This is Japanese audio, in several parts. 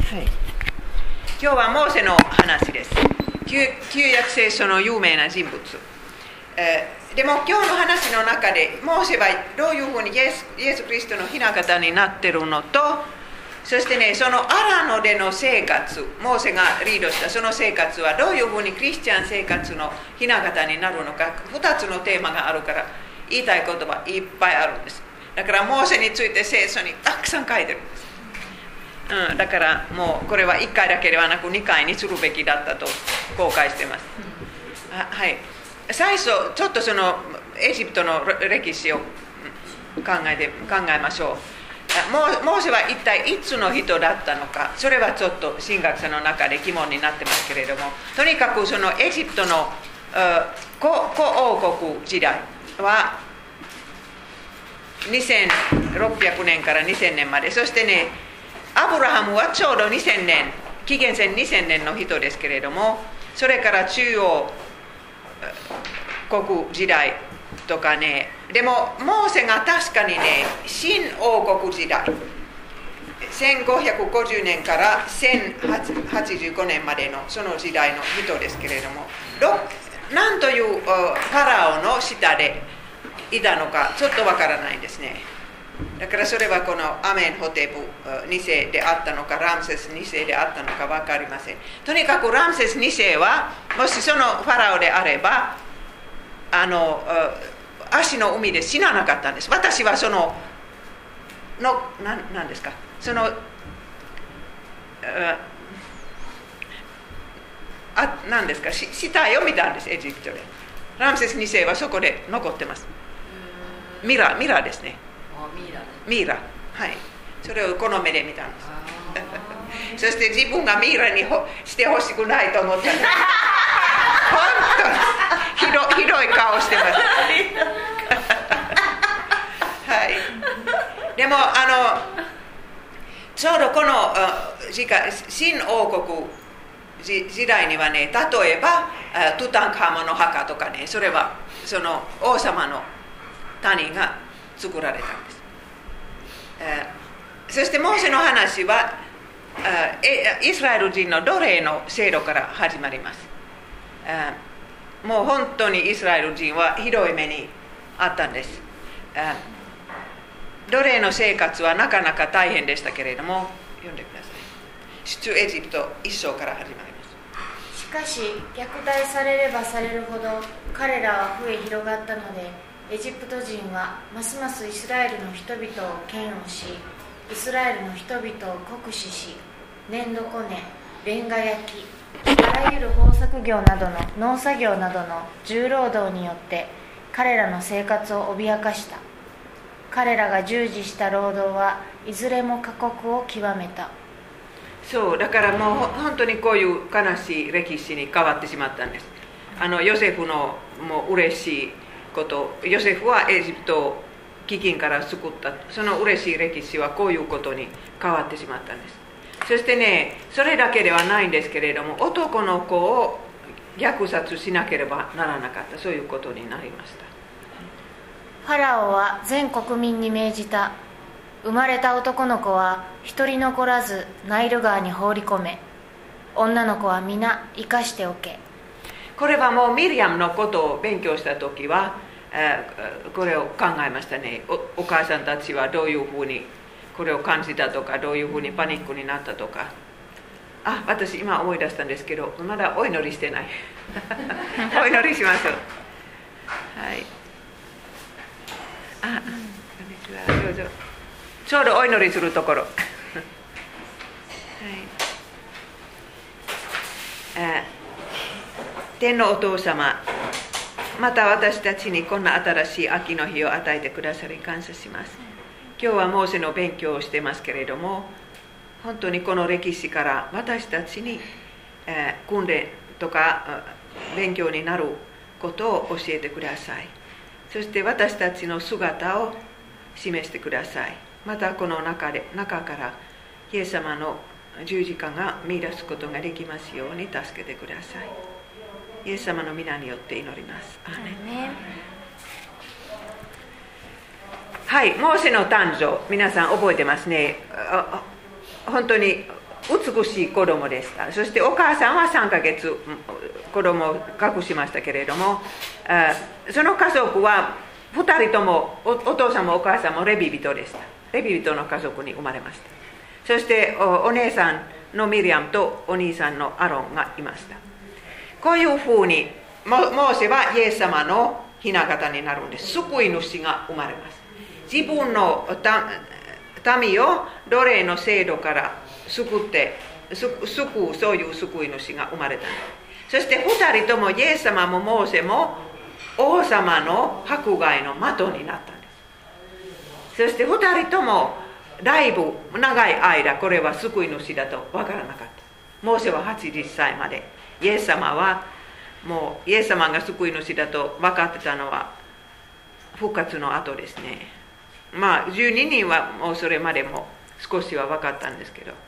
はい、今日はモーセの話です。旧約聖書の有名な人物、でも今日の話の中でモーセはどういうふうにイエス・キリストの雛形になっているのと、そしてね、そのアラノでの生活、モーセがリードしたその生活はどういうふうにクリスチャン生活の雛形になるのか、2つのテーマがあるから言いたいことはいっぱいあるんです。だからモーセについて聖書にたくさん書いてるんです。だからもうこれは1回だけではなく2回にするべきだったと後悔しています。はい、最初ちょっとそのエジプトの歴史を考えましょう。モーセは一体いつの人だったのか、それはちょっと神学者の中で疑問になってますけれども、とにかくそのエジプトの古王国時代は2600年から2000年まで、そしてね、アブラハムはちょうど2000年、紀元前2000年の人ですけれども、それから中央国時代とかね、でもモーセが確かにね、新王国時代、1550年から1085年までのその時代の人ですけれども、何というファラオの下でいたのかちょっとわからないんですね。だからそれはこのアメンホテプ2世であったのかラムセス2世であったのか分かりません。とにかくラムセス2世はもしそのファラオであれば足の海で死ななかったんです。私はその何ですか、その何ですか、死体を見たんです、エジプトで。ラムセス2世はそこで残ってます。ミラですね。ミイラ、はい、それをこの目で見たんですそして自分がミイラにしてほしくないと思ったんです本当にひどい顔してますはい、でもちょうどこの新王国時代にはね、例えばトゥタンカーモンの墓とかね、それはその王様の谷が作られたんです。そしてモーセの話はイスラエル人の奴隷の制度から始まります。もう本当にイスラエル人はひどい目にあったんです。奴隷の生活はなかなか大変でしたけれども、読んでください。出エジプト1章から始まります。 しかし虐待されればされるほど彼らは増え広がったので、エジプト人はますますイスラエルの人々を嫌悪し、イスラエルの人々を酷使し、粘土こね、レンガ焼き、あらゆる豊作業などの農作業などの重労働によって彼らの生活を脅かした。彼らが従事した労働はいずれも過酷を極めた。 そうだからもう本当にこういう悲しい歴史に変わってしまったんです。ヨセフのもう嬉しいこと、ヨセフはエジプトを飢饉から救った、その嬉しい歴史はこういうことに変わってしまったんです。そしてね、それだけではないんですけれども、男の子を虐殺しなければならなかった、そういうことになりました。 ファラオは全国民に命じた。生まれた男の子は一人残らずナイル川に放り込め、女の子は皆生かしておけ。 これはもうミリアムのことを勉強したときは、これを考えましたね。お母さんたちはどういうふうにこれを感じたとか、どういうふうにパニックになったとか。私今思い出したんですけど、まだお祈りしてないお祈りしましょう。はい、こんにちは、どうぞ。ちょうどお祈りするところ天のお父様、また私たちにこんな新しい秋の日を与えてくださり感謝します。今日はモーセの勉強をしてますけれども、本当にこの歴史から私たちに、訓練とか勉強になることを教えてください。そして私たちの姿を示してください。またこの中からイエス様の十字架が見出すことができますように助けてください。イエス様の皆によって祈ります。アーメン。はい、モーセの誕生、皆さん覚えてますね。本当に美しい子供でした。そしてお母さんは3ヶ月子供を隠しましたけれども、その家族は2人とも お父さんもお母さんもレビ人でした。レビ人の家族に生まれました。そしてお姉さんのミリアムとお兄さんのアロンがいました。こういうふうにモーセはイエス様の雛形になるんです。救い主が生まれます。自分の民を奴隷の制度から救う、そういう救い主が生まれたんです。そして2人ともイエス様もモーセも王様の迫害の的になったんです。そして2人ともだいぶ長い間これは救い主だと分からなかった。モーセは80歳まで、イエス様はもうイエス様が救い主だと分かってたのは復活の後ですね。まあ12人はもうそれまでも少しは分かったんですけど、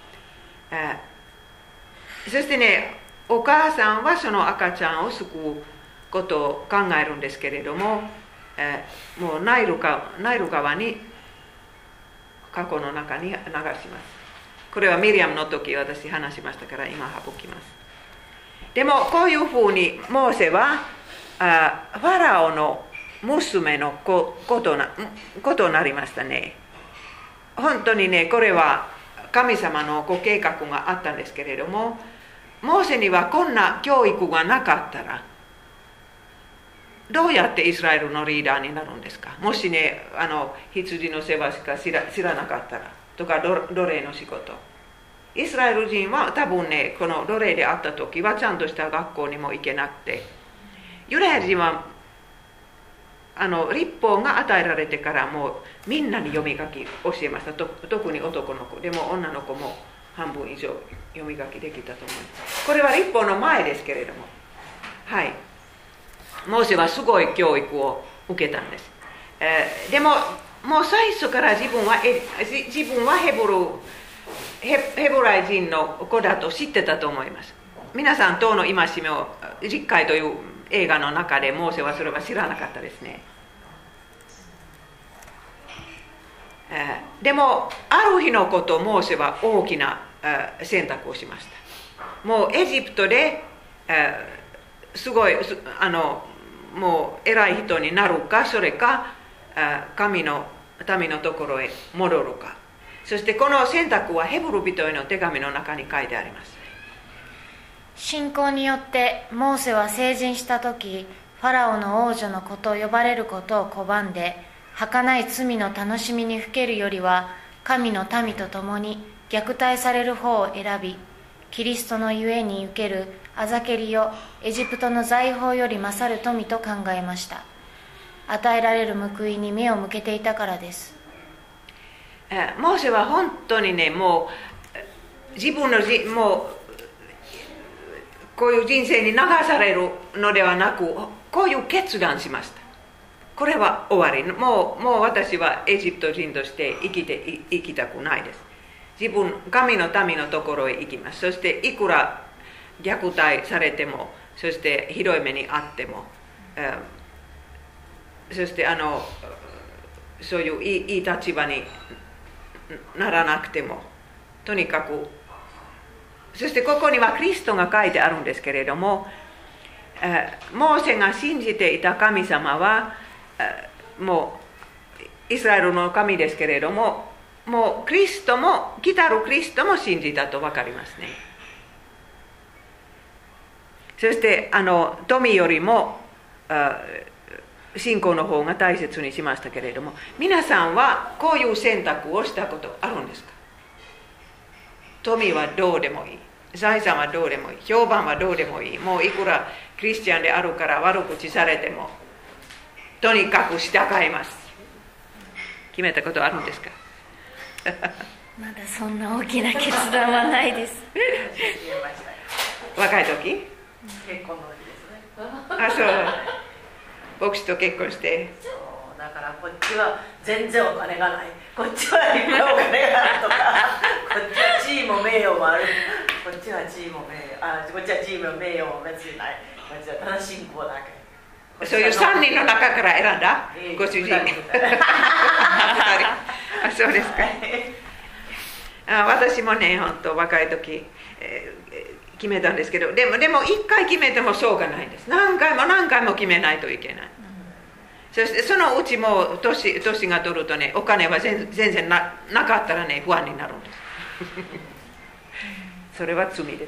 そしてね、お母さんはその赤ちゃんを救うことを考えるんですけれども、もうナイル川に過去の中に流します。これはミリアムの時私話しましたから今省きます。でもこういうふうにモーセはファラオの娘のことになりましたね。本当にね、これは神様のご計画があったんですけれども、モーセにはこんな教育がなかったらどうやってイスラエルのリーダーになるんですか。もしね、羊の世話しか知らなかったらとか奴隷の仕事。イスラエル人は多分ね、この奴隷であった時はちゃんとした学校にも行けなくて、ユダヤ人は律法が与えられてからもうみんなに読み書き教えました。特に男の子でも女の子も半分以上読み書きできたと思います。これは律法の前ですけれども、はい、モーセはすごい教育を受けたんです。でももう最初から自分はヘブライ人の子だと知ってたと思います。皆さん、党の戒めを実会という映画の中でモーセはそれは知らなかったですね。でもある日のこと、モーセは大きな選択をしました。もうエジプトですごいもう偉い人になるか、それか神の民のところへ戻るか。そしてこの選択はヘブル人への手紙の中に書いてあります。 信仰によってモーセは成人した時、ファラオの王女の子と呼ばれることを拒んで、儚い罪の楽しみにふけるよりは神の民と共に虐待される方を選び、キリストのゆえに受けるあざけりをエジプトの財宝より勝る富と考えました。与えられる報いに目を向けていたからです。 モーセは本当にね、もう自分のもうこういう人生に流されるのではなく、こういう決断しました。これは終わり。もう私はエジプト人として生きたくないです。神の民のところへ行きます。そしていくら虐待されても、そしてひどい目にあっても、そしてそういういい立場にならなくても、とにかく、そしてここにはキリストが書いてあるんですけれども、モーセが信じていた神様はもうイスラエルの神ですけれども、もう来たるキリストも信じたと分かりますね。そして富よりも信仰の方が大切にしましたけれども、皆さんはこういう選択をしたことあるんですか。富はどうでもいい、財産はどうでもいい、評判はどうでもいい、もういくらクリスチャンであるから悪口されてもとにかく従います。決めたことあるんですか。 まだそんな大きな決断はないです。 若い時、 結婚の時ですね。 あ、そう牧師と結婚して、 そうだからこっちは全然お金がない、こっちはいっぱいお金があるとか、こっちは地位も名誉もある、こっちは地位も名誉、こっちは地位も名誉も別にない、こっちはただ信仰だけ。 そういう3人の中から選んだ、ご主人。あ、そうですか。 私もね、本当若い時、決めたんですけど、でも一回決めてもそうがないんです。何回も決めないといけない。そしてそのうちも年が取るとね、お金は全然なかったらね、不安になるんです。それは罪です。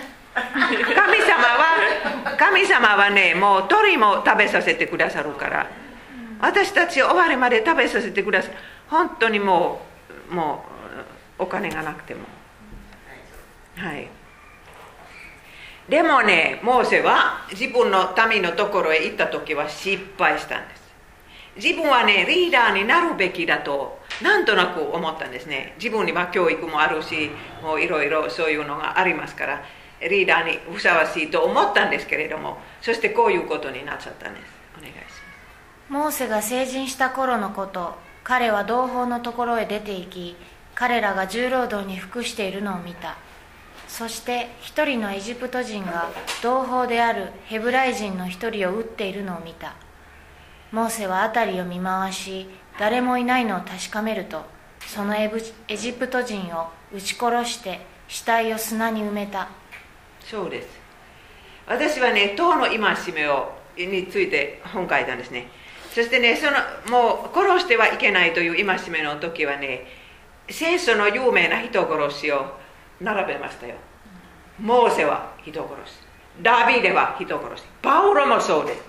神様はね、もう鳥も食べさせてくださるから、私たち終わりまで食べさせてくださる。本当にもうお金がなくても。はい。でもね、モーセは自分の民のところへ行った時は失敗したんです。自分はね、リーダーになるべきだとなんとなく思ったんですね。自分には教育もあるし、もういろいろそういうのがありますから、リーダーにふさわしいと思ったんですけれども、そしてこういうことになっちゃったんです。お願いします。 モーセが成人した頃のこと、彼は同胞のところへ出て行き、彼らが重労働に服しているのを見た。そして一人のエジプト人が同胞であるヘブライ人の一人を撃っているのを見た。モーセは辺りを見回し、誰もいないのを確かめると、そのエジプト人を撃ち殺して死体を砂に埋めた。 そうです。私はね、党の戒めについて本書いたんですね。そしてね、もう殺してはいけないという戒めの時はね、聖書の有名な人殺しを並べましたよ。モーセは人殺し、ダビデは人殺し、パウロもそうです。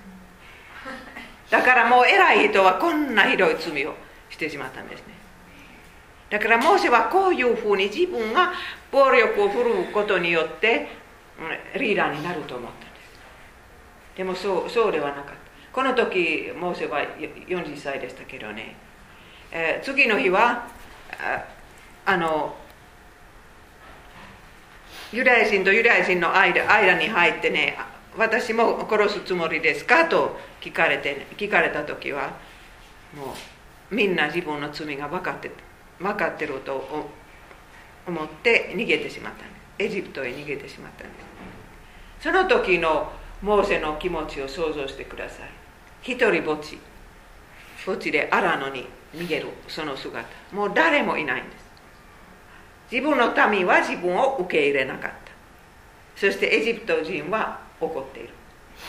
だからもう偉い人はこんなひどい罪をしてしまったんですね。だからモーセはこういうふうに自分が暴力を振るうことによってリーダーになると思ったんです。でもそうではなかった。この時モーセは40歳でしたけどね、次の日はユダヤ人とユダヤ人の間に入ってね、私も殺すつもりですかと聞かれた時は、もうみんな自分の罪が分かってると思って逃げてしまったんです。エジプトへ逃げてしまったんです。その時のモーセの気持ちを想像してください。一人ぼっちで荒野に逃げるその姿、もう誰もいないんです。自分の民は自分を受け入れなかった。そしてエジプト人は怒っている。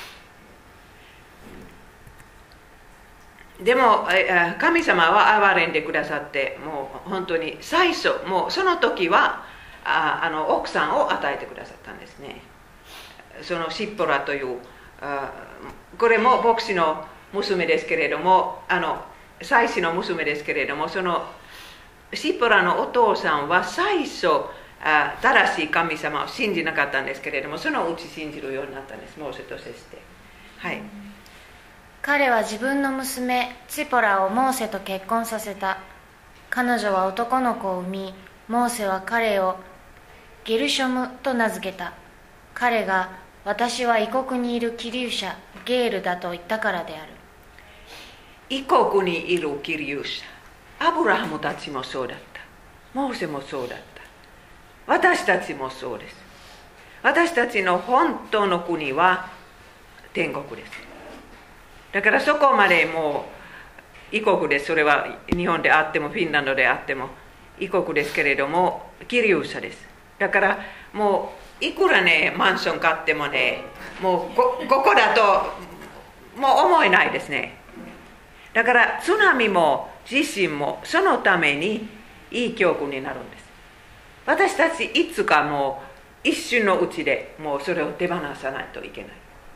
でも神様は憐れんでくださって、もう本当に最初、もうその時は奥さんを与えてくださったんですね。そのシッポラという、これも牧師の娘ですけれども、祭司の娘ですけれども、そのシッポラのお父さんは最初正しい神様を信じなかったんですけれども、そのうち信じるようになったんです。モーセと接して、はい。 彼は自分の娘ツィポラをモーセと結婚させた。彼女は男の子を産み、モーセは彼をゲルショムと名付けた。彼が私は異国にいる寄留者ゲールだと言ったからである。 異国にいる寄留者、アブラハムたちもそうだった。モーセもそうだった。私たちもそうです。私たちの本当の国は天国です。だからそこまでもう異国です。それは日本であってもフィンランドであっても異国ですけれども、寄留者です。だからもういくらねマンション買ってもね、もうここだともう思えないですね。だから津波も地震もそのためにいい教訓になるんです。私たちいつかもう一瞬のうちでもうそれを手放さないといけない。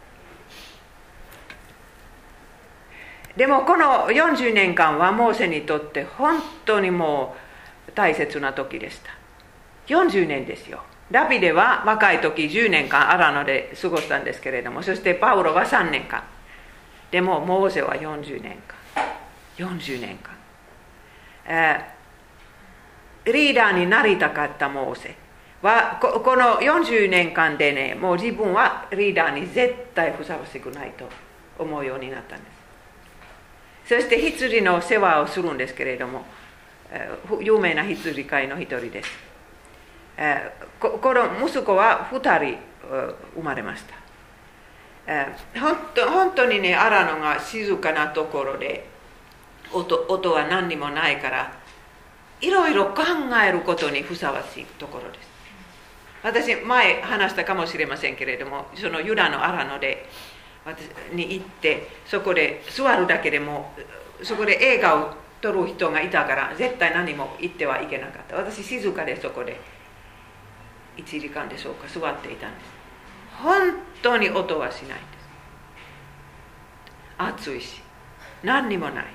でもこの40年間はモーセにとって本当にもう大切な時でした。40年ですよ。ダビデは若い時10年間荒野で過ごしたんですけれども、そしてパウロは3年間。でもモーセは40年間。リーダーになりたかったモーセはこの40年間でね、もう自分はリーダーに絶対ふさわしくないと思うようになったんです。そして羊の世話をするんですけれども、有名な羊飼いの一人です。この息子は2人生まれました。本当にね、荒野が静かなところで音は何にもないから、 いろいろ考えることにふさわしいところです。私前話したかもしれませんけれども、そのユダのアラノで私に行って、そこで座るだけでもそこで映画を撮る人がいたから絶対何も言ってはいけなかった。私静かでそこで1時間でしょうか座っていたんです。本当に音はしないんです。暑いし何にもない。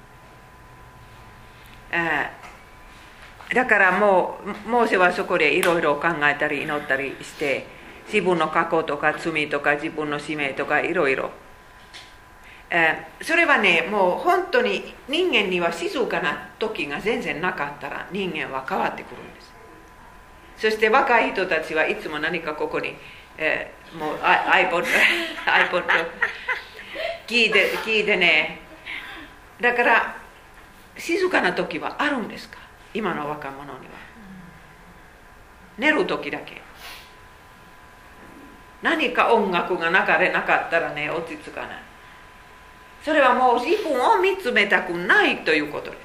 だからもうモーセはそこでいろいろ考えたり祈ったりして、自分の過去とか罪とか自分の使命とかいろいろ、それはね、もう本当に人間には静かな時が全然なかったら人間は変わってくるんです。そして若い人たちはいつも何かここに、もう iPod 聞いてね。だから静かな時はあるんですか、今の若者には。寝る時だけ。何か音楽が流れなかったらね、落ち着かない。それはもう自分を見つめたくないということです。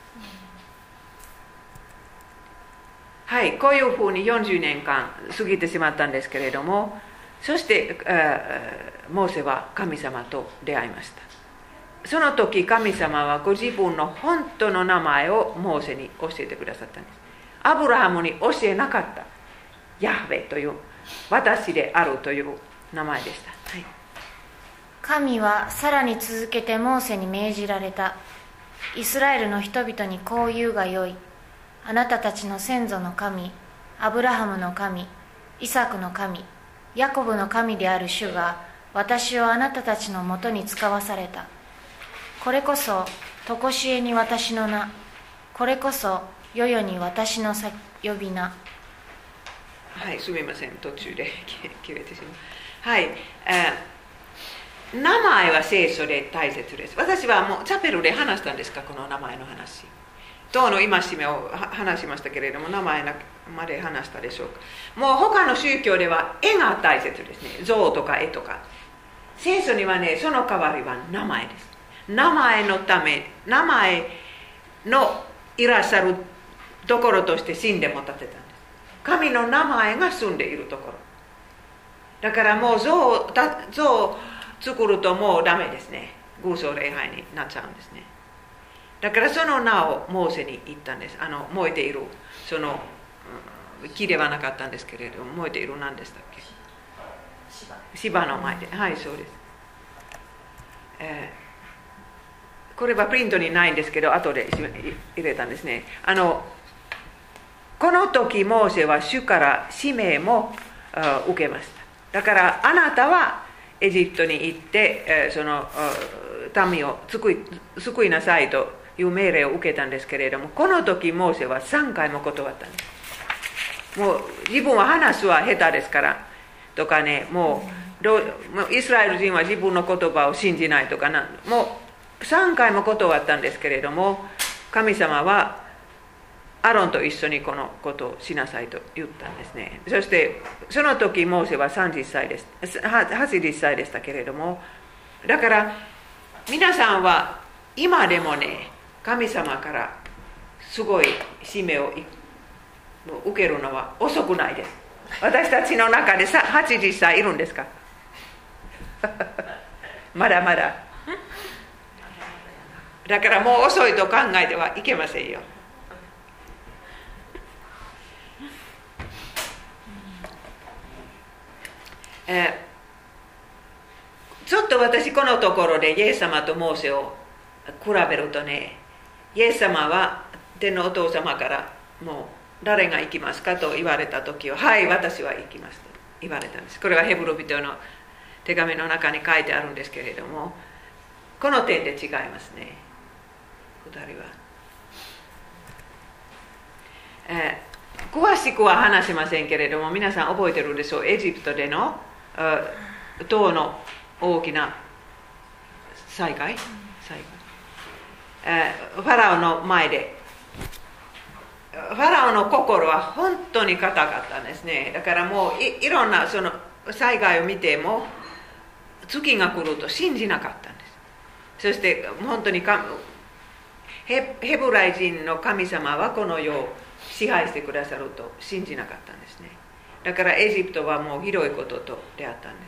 はい、こういうふうに40年間過ぎてしまったんですけれども、そしてモーセは神様と出会いました。その時神様はご自分の本当の名前をモーセに教えてくださったんです。アブラハムに教えなかったヤハベという、私であるという名前でした。はい、 神はさらに続けてモーセに命じられた。イスラエルの人々にこう言うがよい。あなたたちの先祖の神、アブラハムの神、イサクの神、ヤコブの神である主が私をあなたたちのもとに使わされた。これこそ常しえに私の名、これこそ世々に私の呼び名。 はい、すみません、途中で切れてしまう。はい、名前は聖書で大切です。私はもうチャペルで話したんですか、この名前の話。党の戒めを話しましたけれども、名前まで話したでしょうか。もう他の宗教では絵が大切ですね。像とか絵とか。聖書にはね、その代わりは名前です。名前のため、名前のいらっしゃるところとして神殿も建てたんです。神の名前が住んでいるところ。だからもう像を作るともうダメですね。偶像礼拝になっちゃうんですね。だからその名をモーセに言ったんです。燃えているその木ではなかったんですけれども、燃えている何でしたっけ、芝の前で。はい、そうです。これはプリントにないんですけど、後で入れたんですね。この時モーセは主から使命も受けました。だからあなたはエジプトに行ってその民を救いなさいという命令を受けたんですけれども、この時モーセは3回も断ったんです。もう自分は話すは下手ですからとかね、もうイスラエル人は自分の言葉を信じないとかもう3回も断ったんですけれども、神様はアロンと一緒にこのことをしなさいと言ったんですね。そしてその時モーセは80歳でしたけれども、だから皆さんは今でもね、神様からすごい使命を受けるのは遅くないです。私たちの中で80歳いるんですかまだまだ。だからもう遅いと考えてはいけませんよ。ちょっと私このところでイエス様とモーセを比べるとね、イエス様は天のお父様からもう誰が行きますかと言われた時は、はい、私は行きますと言われたんです。これはヘブル人の手紙の中に書いてあるんですけれども、この点で違いますね、2人は。詳しくは話しませんけれども、皆さん覚えてるでしょう。エジプトでの塔の大きな災害、ファラオの前で、ファラオの心は本当に固かったんですね。だからもう いろんなその災害を見ても月が来ると信じなかったんです。そして本当にヘブライ人の神様はこの世を支配してくださると信じなかったんですね。だからエジプトはもうひどいことと出会ったんです。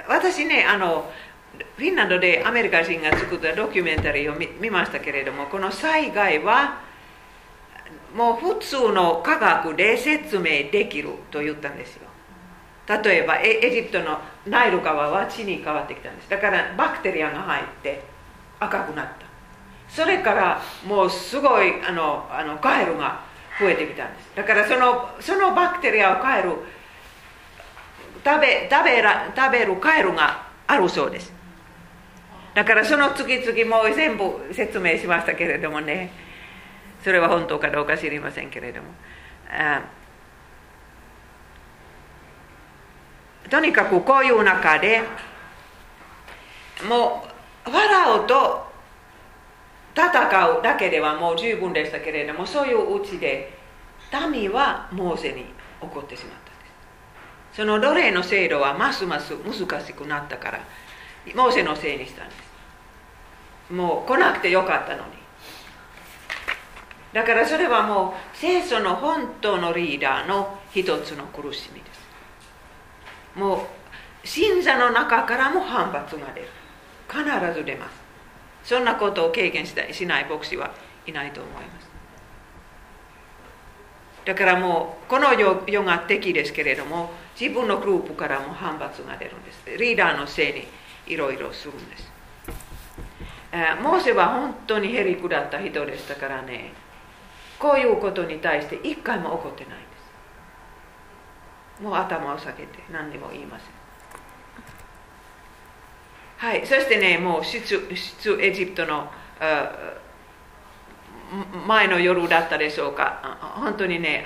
私ね、フィンランドでアメリカ人が作ったドキュメンタリーを 見ましたけれども、この災害はもう普通の科学で説明できると言ったんですよ。例えばエジプトのナイル川は血に変わってきたんです。だからバクテリアが入って赤くなった。それからもうすごいカエルが増えてきたんです。だからそのバクテリアをカエル食べるカエルがあるそうです。だからその次々もう全部説明しましたけれどもね、それは本当かどうか知りませんけれども、とにかくこういう中でもうファラオと戦うだけではもう十分でしたけれども、そういううちで民はモーセに怒ってしまったんです。その奴隷の制度はますます難しくなったからモーセのせいにしたんです。もう来なくてよかったのに。だからそれはもう聖書の本当のリーダーの一つの苦しみです。もう信者の中からも反発が出る。必ず出ます。そんなことを経験しない牧師はいないと思います。だからもうこの世が敵ですけれども、自分のグループからも反発が出るんです。リーダーのせいにいろいろするんです。モーセは本当にへりくだった人でしたからね、こういうことに対して一回も怒ってないんです。もう頭を下げて何にも言いません。はい、そしてね、もう出エジプトの前の夜だったでしょうか。本当にね、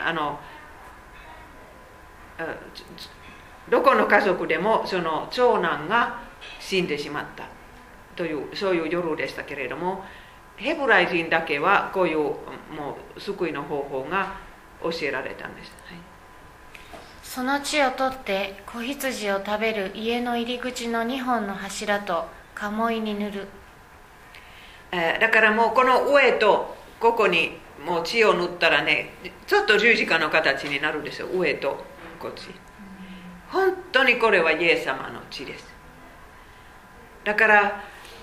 どこの家族でもその長男が死んでしまったというそういう夜でしたけれども、ヘブライ人だけはこういうもう救いの方法が教えられたんです。はい、 その血を取って子羊を食べる家の入り口の2本の柱と鴨居に塗る。 だからもうこの上とここにもう血を塗ったらね、ちょっと十字架の形になるんですよ。上とこっち。本当にこれはイエス様の血です。だから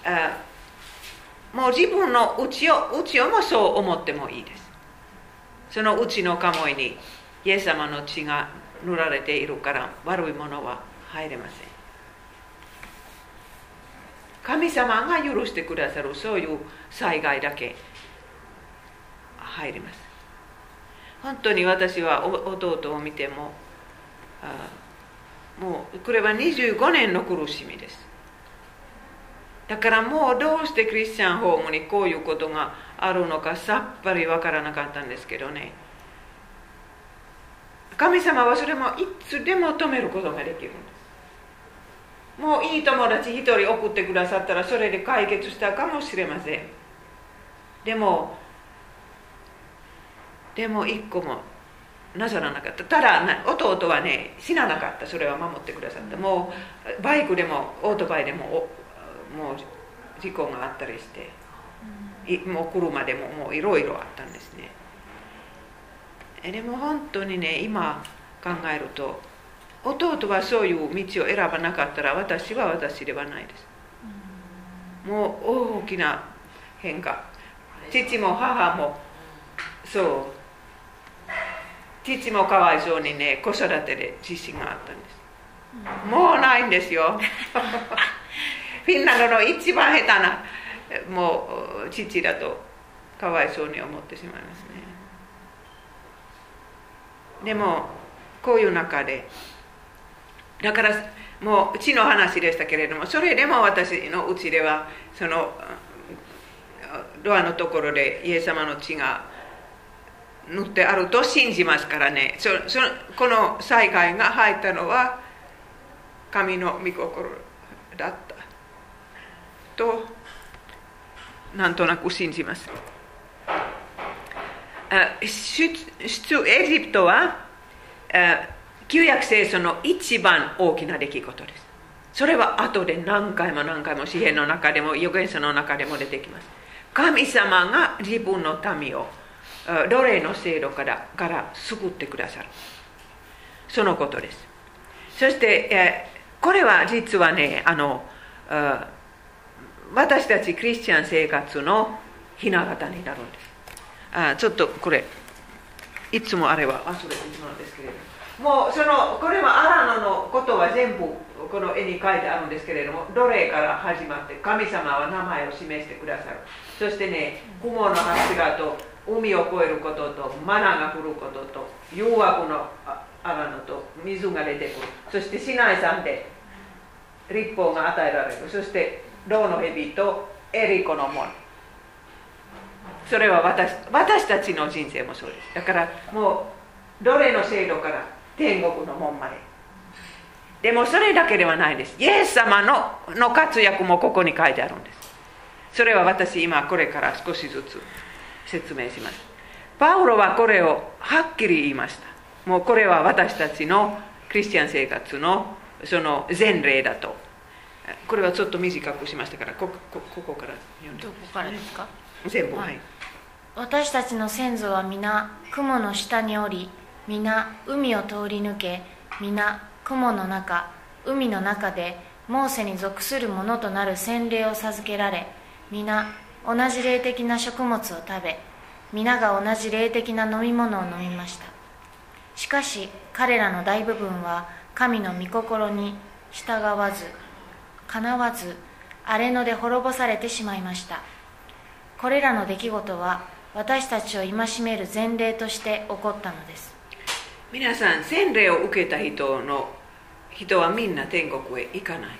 もう自分の内をもそう思ってもいいです。その内の鴨居にイエス様の血が塗られているから悪いものは入れません。神様が許してくださるそういう災害だけ入ります。本当に私は弟を見てももうこれは25年の苦しみです。だからもうどうしてクリスチャンホームにこういうことがあるのかさっぱりわからなかったんですけどね、神様はそれもいつでも止めることができるんです。もういい友達一人送ってくださったらそれで解決したかもしれません。でも一個もなさらなかった。ただ弟はね死ななかった。それは守ってくださった。もうバイクでもオートバイでももう事故があったりして、もう車でももういろいろあったんですね。でも本当にね、今考えると弟はそういう道を選ばなかったら私は私ではないです。もう大きな変化。父も母もそう、父もかわいそうにね、子育てで自信があったんです。もうないんですよ。フィンランドの一番下手なもう父だとかわいそうに思ってしまいますね。でもこういう中でだからもう血の話でしたけれども、それでも私のうちではそのドアのところでイエス様の血が塗ってあると信じますからね。この災害が入ったのは神の御心だったとなんとなく信じます。出エジプトは旧約聖書の一番大きな出来事です。それは後で何回も詩篇の中でも預言者の中でも出てきます。 神様が自分の民を奴隷の制度から救ってくださる、そのことです。そして、これは実はね、私たちクリスチャン生活のひな形になるんです。ちょっとこれいつもあれは忘れてしまうんですけれども、もうこれはアラノのことは全部この絵に書いてあるんですけれども、奴隷から始まって神様は名前を示してくださる。そしてね、雲の柱と海を越えることとマナが降ることと誘惑のアラノと水が出てくる。そしてシナイ山で律法が与えられる。そしてローの蛇とエリコの門。それは私たちの人生もそうです。だからもう奴隷の制度から天国の門まで。でもそれだけではないです。イエス様の活躍もここに書いてあるんです。それは私今これから少しずつ説明します。パウロはこれをはっきり言いました。もうこれは私たちのクリスチャン生活のその前例だと。これはちょっと短くしましたから、ここから読んで。 どこからですか？ 全部、はい。 私たちの先祖は皆雲の下におり、皆海を通り抜け、皆雲の中、海の中でモーセに属するものとなる洗礼を授けられ、皆同じ霊的な食物を食べ、皆が同じ霊的な飲み物を飲みました。しかし彼らの大部分は神の御心に従わず、かなわず、荒れ野で滅ぼされてしまいました。これらの出来事は私たちを戒める前例として起こったのです。 皆さん、洗礼を受けた人はみんな天国へ行かない。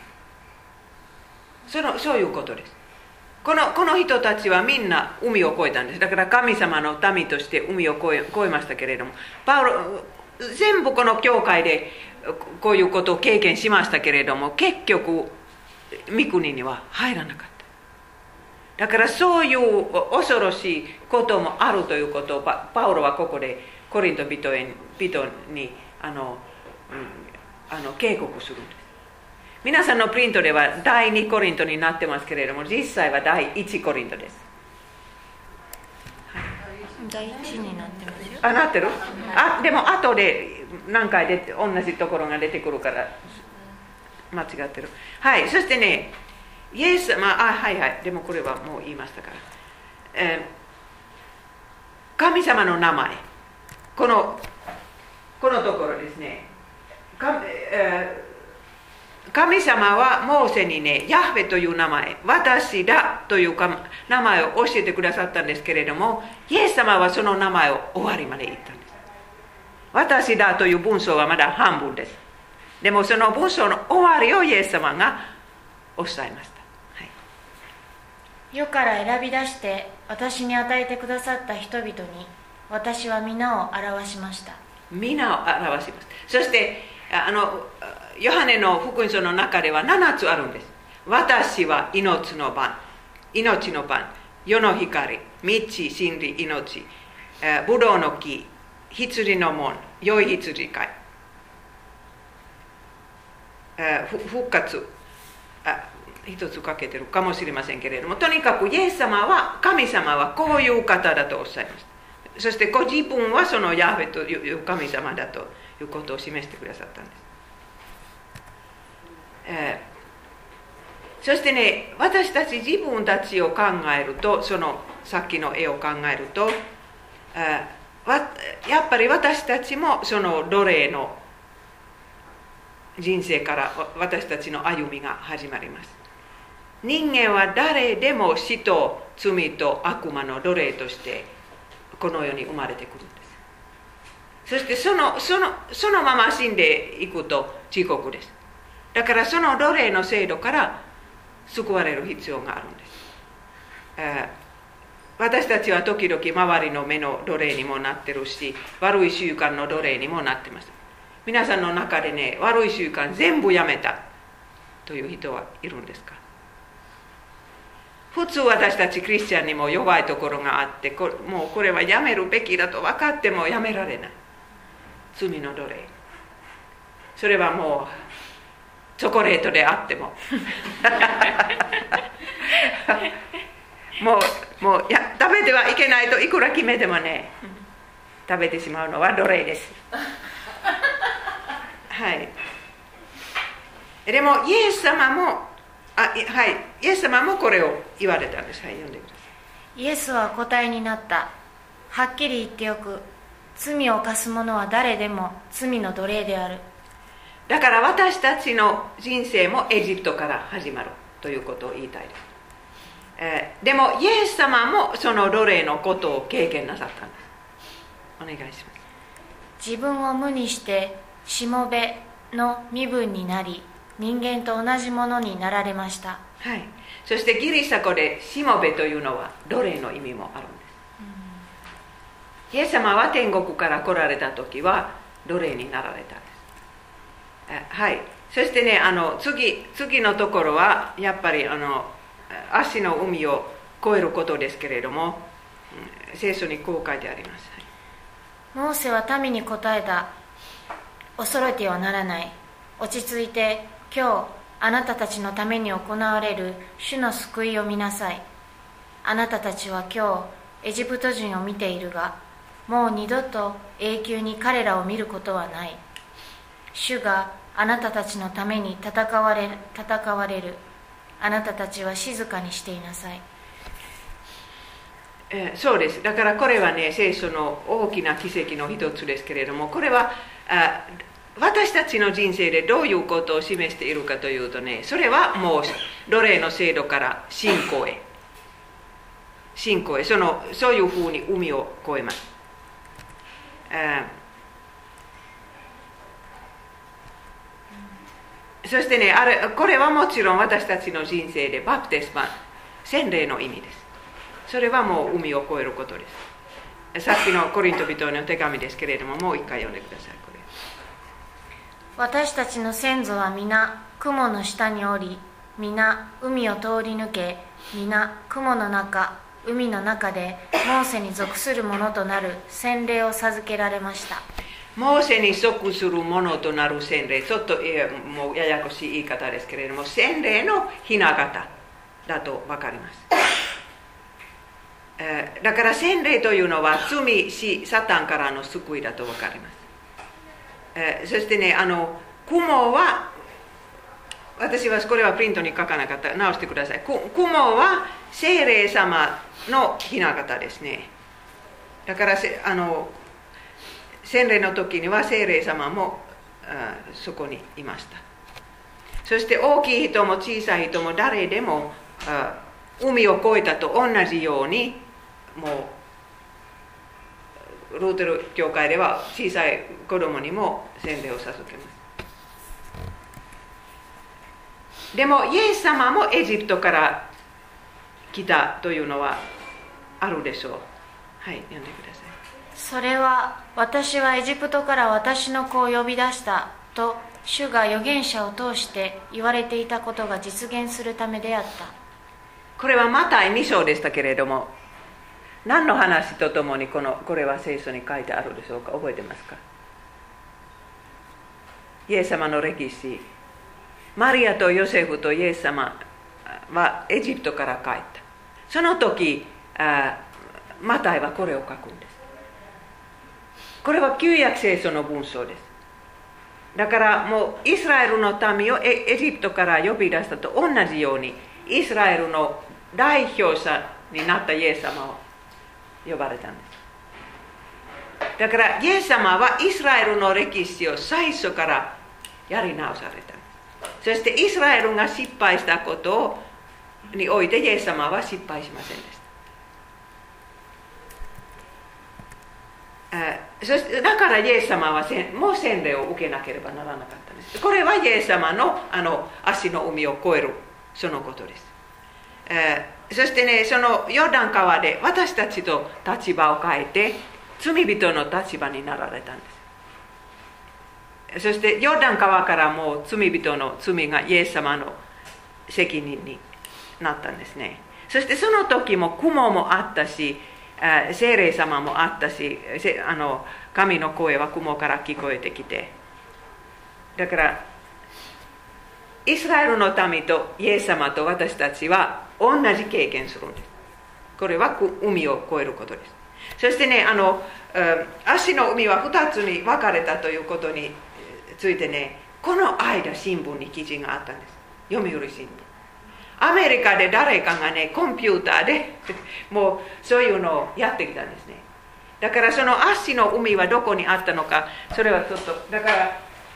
そういうことです。この人たちはみんな海を越えたんです。だから神様の民として海を越えましたけれども、パウロ全部この教会でこういうことを経験しましたけれども、結局御国には入らなかった。だからそういう恐ろしいこともあるということをパウロはここでコリント人に警告するんです。皆さんのプリントでは第2コリントになってますけれども、実際は第1コリントです。 第1になってますよ。 なってる？でも後で何回同じところが出てくるから間違ってる。はい。そしてね、イエス様、はいはい、でもこれはもう言いましたから、神様の名前、このところですね、神様はモーセにね、ヤフェという名前、私だという名前を教えてくださったんですけれども、イエス様はその名前を終わりまで言ったんです。私だという文章はまだ半分です。でもその文章の終わりをイエス様がおっしゃいました。はい、 世から選び出して私に与えてくださった人々に私は皆を表しました。 皆を表します。そしてヨハネの福音書の中では7つあるんです。私は命のパン、世の光、道、真理、命、ブドウの木、羊の門、良い羊飼い、復活、一つかけてるかもしれませんけれども、とにかくイエス様は、神様はこういう方だとおっしゃいました。そしてご自分はそのヤフェという神様だということを示してくださったんです。そしてね、私たち自分たちを考えると、そのさっきの絵を考えると、やっぱり私たちもその奴隷の人生から私たちの歩みが始まります。人間は誰でも死と罪と悪魔の奴隷としてこの世に生まれてくるんです。そしてそのまま死んでいくと地獄です。だからその奴隷の制度から救われる必要があるんです。私たちは時々周りの目の奴隷にもなってるし、悪い習慣の奴隷にもなってます。皆さんの中でね、悪い習慣全部やめたという人はいるんですか？普通私たちクリスチャンにも弱いところがあって、もうこれはやめるべきだと分かってもやめられない罪の奴隷。それはもチョコレートであってももういや食べてはいけないといくら決めてもね、食べてしまうのは奴隷です。はい。でもイエス様もイエス様もこれを言われたんです。はい、読んでください。 イエスは答えになった。はっきり言っておく。罪を犯す者は誰でも罪の奴隷である。 だから私たちの人生もエジプトから始まるということを言いたいです。でもイエス様もその奴隷のことを経験なさったんです。お願いします。 自分を無にしてしもべの身分になり、人間と同じものになられました。 はい。そしてギリシャ語でしもべというのは奴隷の意味もあるんです。イエス様は天国から来られた時は奴隷になられたんです。はい。そしてね、次のところはやっぱり足の海を越えることですけれども、聖書にこう書いてあります。 モーセは民に答えた。恐れてはならない。落ち着いて今日あなたたちのために行われる主の救いを見なさい。あなたたちは今日エジプト人を見ているが、もう二度と永久に彼らを見ることはない。主があなたたちのために戦われる。あなたたちは静かにしていなさい。 そうです。だからこれはね、聖書の大きな奇跡の一つですけれども、これは私たちの人生でどういうことを示しているかというとね、それはもう奴隷の制度から信仰へそういうふうに海を越えます。そしてね、これはもちろん私たちの人生でバプテスマ、洗礼の意味です。それはもう海を越えることです。さっきのコリント人への手紙ですけれども、もう一回読んでください。これ私たちの先祖は皆雲の下におり、皆海を通り抜け、皆雲の中、海の中でモーセに属するものとなる洗礼を授けられました。 モーセに属するものとなる洗礼、ちょっともうややこしい言い方ですけれども、洗礼のひな形だと分かります。だから洗礼というのは罪、死、サタンからの救いだと分かります。そしてね、雲は、私はこれはプリントに書かなかった、直してください。雲は聖霊様のひな形ですね。だから洗礼の時には聖霊様もそこにいました。そして大きい人も小さい人も誰でも海を越えたと同じように、もうルーテル教会では小さい子供にも洗礼を授けます。でもイエス様もエジプトから来たというのはあるでしょう。はい、読んでください。 それは、私はエジプトから私の子を呼び出したと主が預言者を通して言われていたことが実現するためであった。 これはマタイ2章でしたけれども、何の話とともにこれは聖書に書いてあるでしょうか。覚えてますか。イエス様の歴史、マリアとヨセフとイエス様はエジプトから帰った。その時マタイはこれを書くんです。これは旧約聖書の文章です。だからもうイスラエルの民をエジプトから呼び出したと同じように、イスラエルの代表者になったイエス様を呼ばれたんです。だからイエス様はイスラエルの歴史を最初からやり直された。そしてイスラエルが失敗したことにおいてイエス様は失敗しませんでした。そしてだからイエス様はもう洗礼を受けなければならなかったんです。これはイエス様の足の海を越えるそのことです。そしてね、そのヨルダン川で私たちと立場を変えて罪人の立場になられたんです。そしてヨルダン川からもう罪人の罪がイエス様の責任になったんですね。そしてその時も雲もあったし、聖霊様もあったし、神の声は雲から聞こえてきて、だからイスラエルの民とイエス様と私たちは同じ経験するんです。 これは海を越えることです。そしてね、足の海は2つに分かれたということについてね、この間新聞に記事があったんです。読売新聞。アメリカで誰かがね、コンピューターでもうそういうのをやってきたんですね。だからその足の海はどこにあったのか、それはちょっと、だから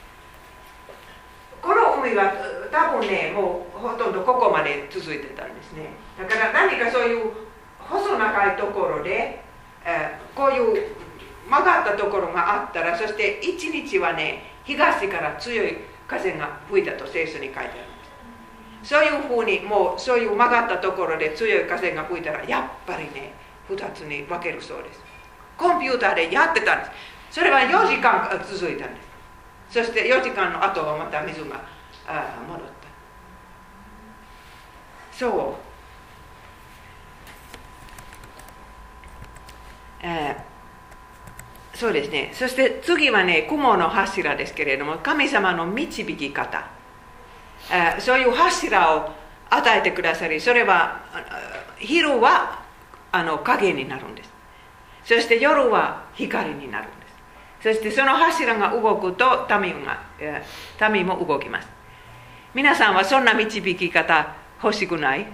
この海は多分ね、もうほとんどここまで続いてたんですね。だから何かそういう細長いところで、こういう曲がったところがあったら、そして一日はね、東から強い風が吹いたと聖書に書いてあるんです。そういうふうに、もうそういう曲がったところで強い風が吹いたら、やっぱりね、2つに分けるそうです。コンピューターでやってたんです。それは4時間続いたんです。そして4時間の後はまた水が戻った。そうですね。そして次はね、雲の柱ですけれども、神様の導き方、そういう柱を与えてくださり、それは昼は影になるんです。そして夜は光になるんです。そしてその柱が動くと民も動きます。皆さんはそんな導き方欲しくない？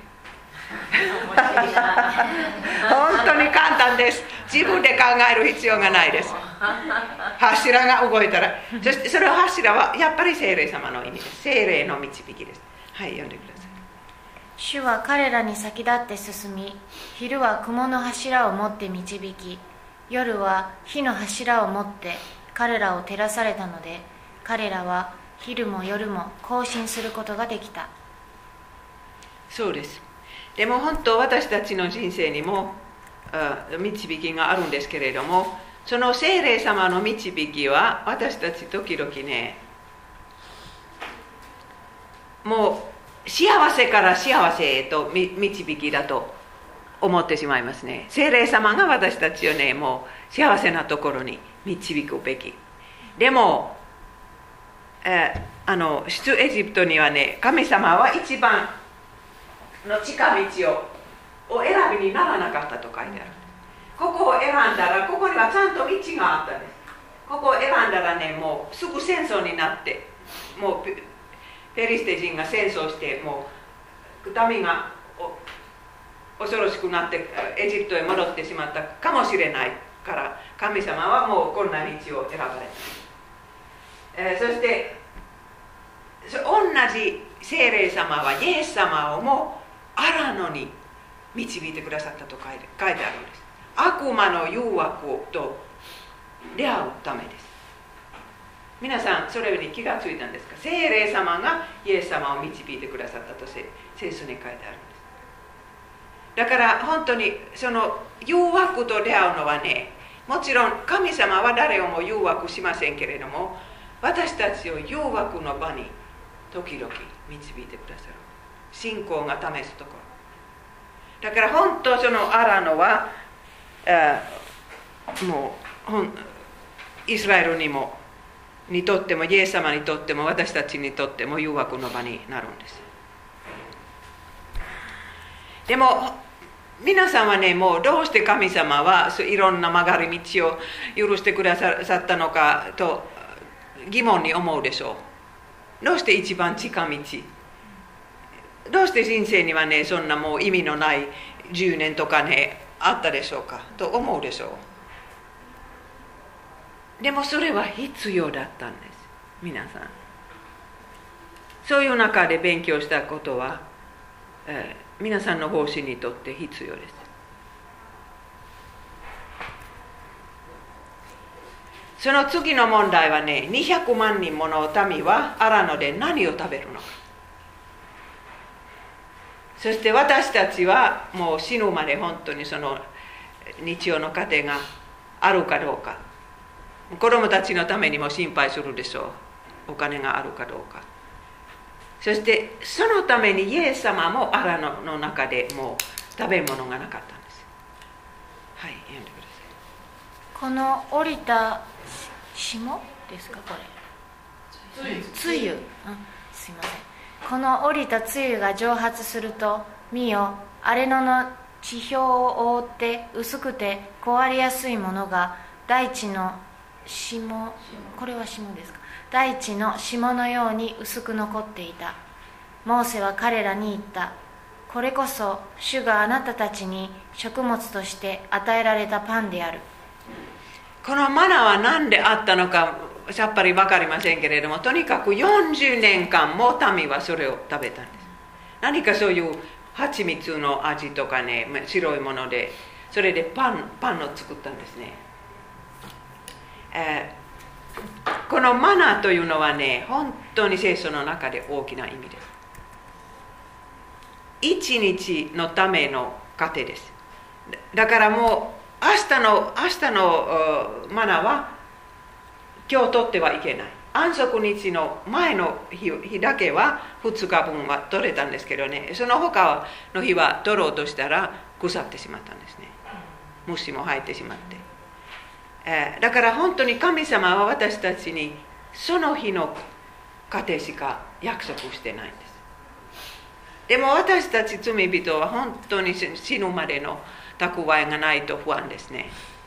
本当に簡単です。自分で考える必要がないです。柱が動いたら、そしてそれは柱はやっぱり聖霊様の意味です。聖霊の導きです。はい、読んでください。 主は彼らに先立って進み、昼は雲の柱を持って導き、夜は火の柱を持って彼らを照らされたので、彼らは昼も夜も行進することができた。 そうです。でも本当私たちの人生にも導きがあるんですけれども、その聖霊様の導きは私たち時々ね、もう幸せから幸せへと導きだと思ってしまいますね。聖霊様が私たちをね、もう幸せなところに導くべき。でも出エジプトにはね、神様は一番の近道をお選びにならなかったと書いてある。ここを選んだら、ここにはちゃんと道があったんです。ここを選んだらね、もうすぐ戦争になって、もうペリシテ人が戦争して、もう民が恐ろしくなってエジプトへ戻ってしまったかもしれないから、神様はもうこんな道を選ばれた。そして同じ聖霊様はイエス様をも荒野に導いてくださったと書いてあるんです。悪魔の誘惑と出会うためです。皆さんそれに気がついたんですか？聖霊様がイエス様を導いてくださったと聖書に書いてあるんです。だから本当にその誘惑と出会うのはね、もちろん神様は誰をも誘惑しませんけれども、私たちを誘惑の場に時々導いてくださる。信仰が試すところ。だから本当その荒野はもうイスラエルにとってもイエス様にとっても私たちにとっても誘惑の場になるんです。でも皆さんはね、もうどうして神様はいろんな曲がり道を許してくださったのかと疑問に思うでしょう。どうして一番近道、どうして人生にはね、そんなもう意味のない10年とかねあったでしょうかと思うでしょう。でもそれは必要だったんです。皆さんそういう中で勉強したことは、皆さんの奉仕にとって必要です。その次の問題はね、200万人もの民は荒野で何を食べるのか。そして私たちはもう死ぬまで本当にその日曜の糧があるかどうか、子供たちのためにも心配するでしょう。お金があるかどうか。そしてそのためにイエス様も荒野の中でもう食べ物がなかったんです。はい、読んでください。 この降りた霜ですか、これつゆ、すいません。この降りたつゆが蒸発すると、見よ、荒野の地表を覆って薄くて壊れやすいものが大地の霜、これは霜ですか、大地の霜のように薄く残っていた。モーセは彼らに言った。これこそ主があなたたちに食物として与えられたパンである。 このマナは何であったのかさっぱり分かりませんけれども、とにかく40年間も民はそれを食べたんです。何かそういう蜂蜜の味とかね、白いもので、それでパンを作ったんですね。このマナというのはね、本当に聖書の中で大きな意味です。一日のための糧です。だからもう明日のマナは今日取ってはいけない。安息日の前の日だけは2日分は取れたんですけどね、その他の日は取ろうとしたら腐ってしまったんですね。虫も入ってしまって、だから本当に神様は私たちにその日の糧しか約束してないんです。でも私たち罪人は本当に死ぬまでの蓄えがないと不安ですね。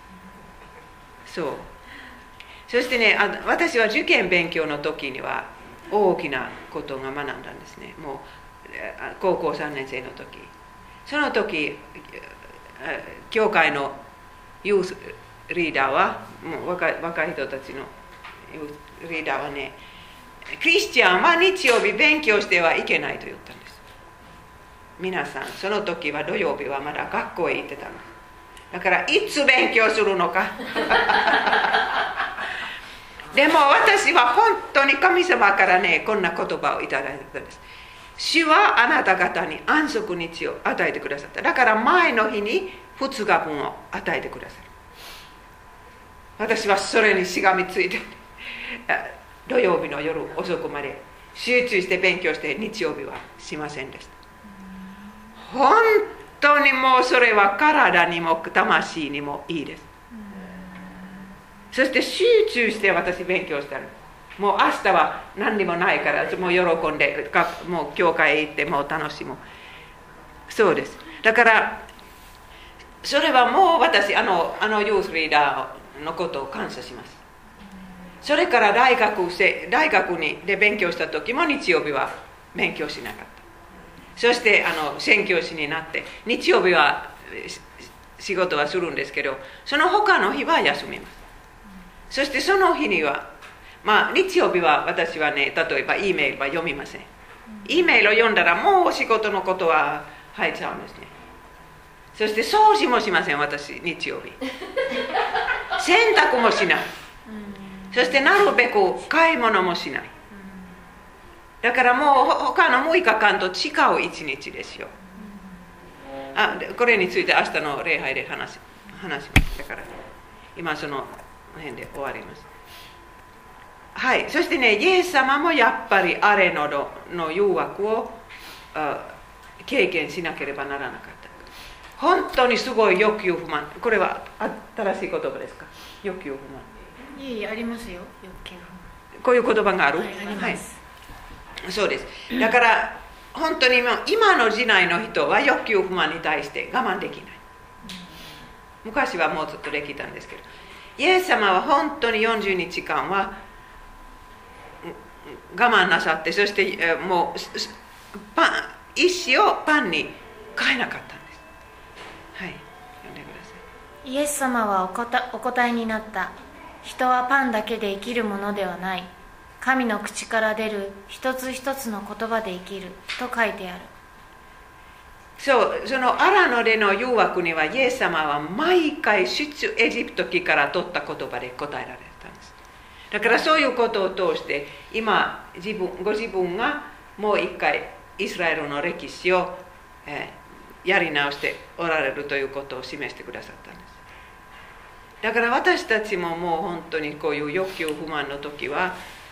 そしてね、私は受験勉強の時には大きなことが学んだんですね。もう高校3年生の時、その時教会のユースリーダーは、もう若い人たちのユースリーダーはね、クリスチャンは日曜日勉強してはいけないと言ったんです。皆さんその時は土曜日はまだ学校へ行ってたんです。だからいつ勉強するのかでも私は本当に神様からね、こんな言葉をいただいたんです。主はあなた方に安息日を与えてくださった。だから前の日に2日分を与えてくださる。私はそれにしがみついて土曜日の夜遅くまで集中して勉強して日曜日はしませんでした。本当にもうそれは体にも魂にもいいです。そして集中して私勉強したの。もう明日は何にもないから、もう喜んでもう教会へ行ってもう楽しむ。そうです。だからそれはもう私ユースリーダーのことを感謝します。それから大学で勉強した時も日曜日は勉強しなかった。そして宣教師になって日曜日は仕事はするんですけど、その他の日は休みます。そしてその日には日曜日は私はね、例えば E メールは読みません。E メールを読んだらもう仕事のことは入っちゃうんですね。そして掃除もしません、私日曜日洗濯もしない。そしてなるべく買い物もしない。だからもう他の6日間と違う一日ですよ。これについて明日の礼拝で話します。だから今その辺で終わります。はい。そしてね、イエス様もやっぱりあれの誘惑を経験しなければならなかった。本当にすごい欲求不満。これは新しい言葉ですか？欲求不満。 いい、ありますよ、欲求不満。 こういう言葉がある？ はい、あります。はい、 そうです。だから本当に今の時代の人は欲求不満に対して我慢できない。昔はもうずっとできたんですけど、イエス様は本当に40日間は我慢なさって、そしてもう意志をパンに変えなかったんです。はい、読んでください。イエス様はお答えになった。人はパンだけで生きるものではない。神の口から出る一つ一つの言葉で生きると書いてある。 そのアラノでの誘惑にはイエス様は毎回出エジプト記から取った言葉で答えられたんです。だからそういうことを通して今ご自分がもう一回イスラエルの歴史を、やり直しておられるということを示してくださったんです。だから私たちももう本当にこういう欲求不満の時は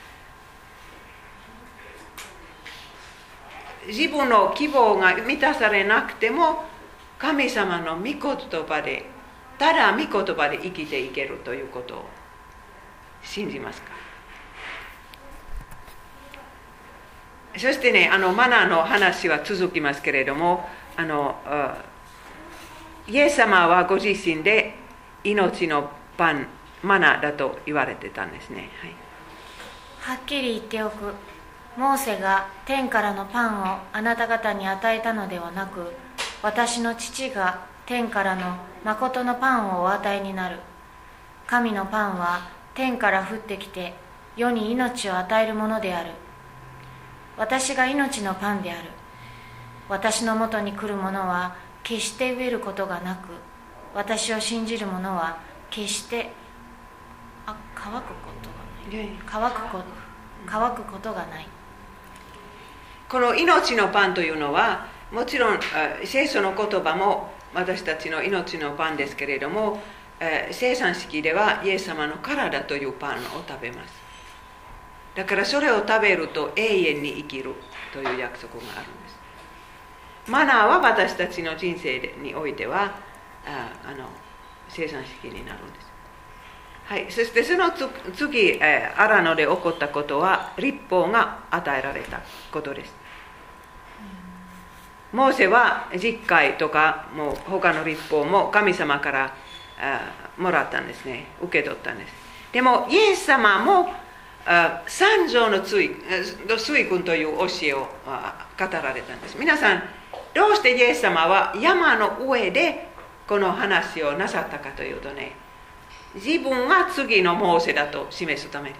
自分の希望が満たされなくても神様の御言葉で、ただ御言葉で生きていけるということを信じますか？そしてね、マナーの話は続きますけれども、 イエス様はご自身で命のパン、マナだと言われてたんですね。 はっきり言っておく。モーセが天からのパンをあなた方に与えたのではなく、私の父が天からの誠のパンをお与えになる。神のパンは天から降ってきて世に命を与えるものである。私が命のパンである。私のもとに来る者は決して飢えることがなく、私を信じる者は決して乾くことがない。 この命のパンというのは、もちろん聖書の言葉も私たちの命のパンですけれども、生産式ではイエス様の体というパンを食べます。だからそれを食べると永遠に生きるという約束があるんです。マナーは私たちの人生においては生産式になるんです。はい、そしてその次、荒野で起こったことは律法が与えられたことです。モーセは10回とかもう他の律法も神様からもらったんですね。受け取ったんです。でもイエス様も三条の水訓という教えを語られたんです。皆さん、どうしてイエス様は山の上でこの話をなさったかというとね、自分が次のモーセだと示すためです。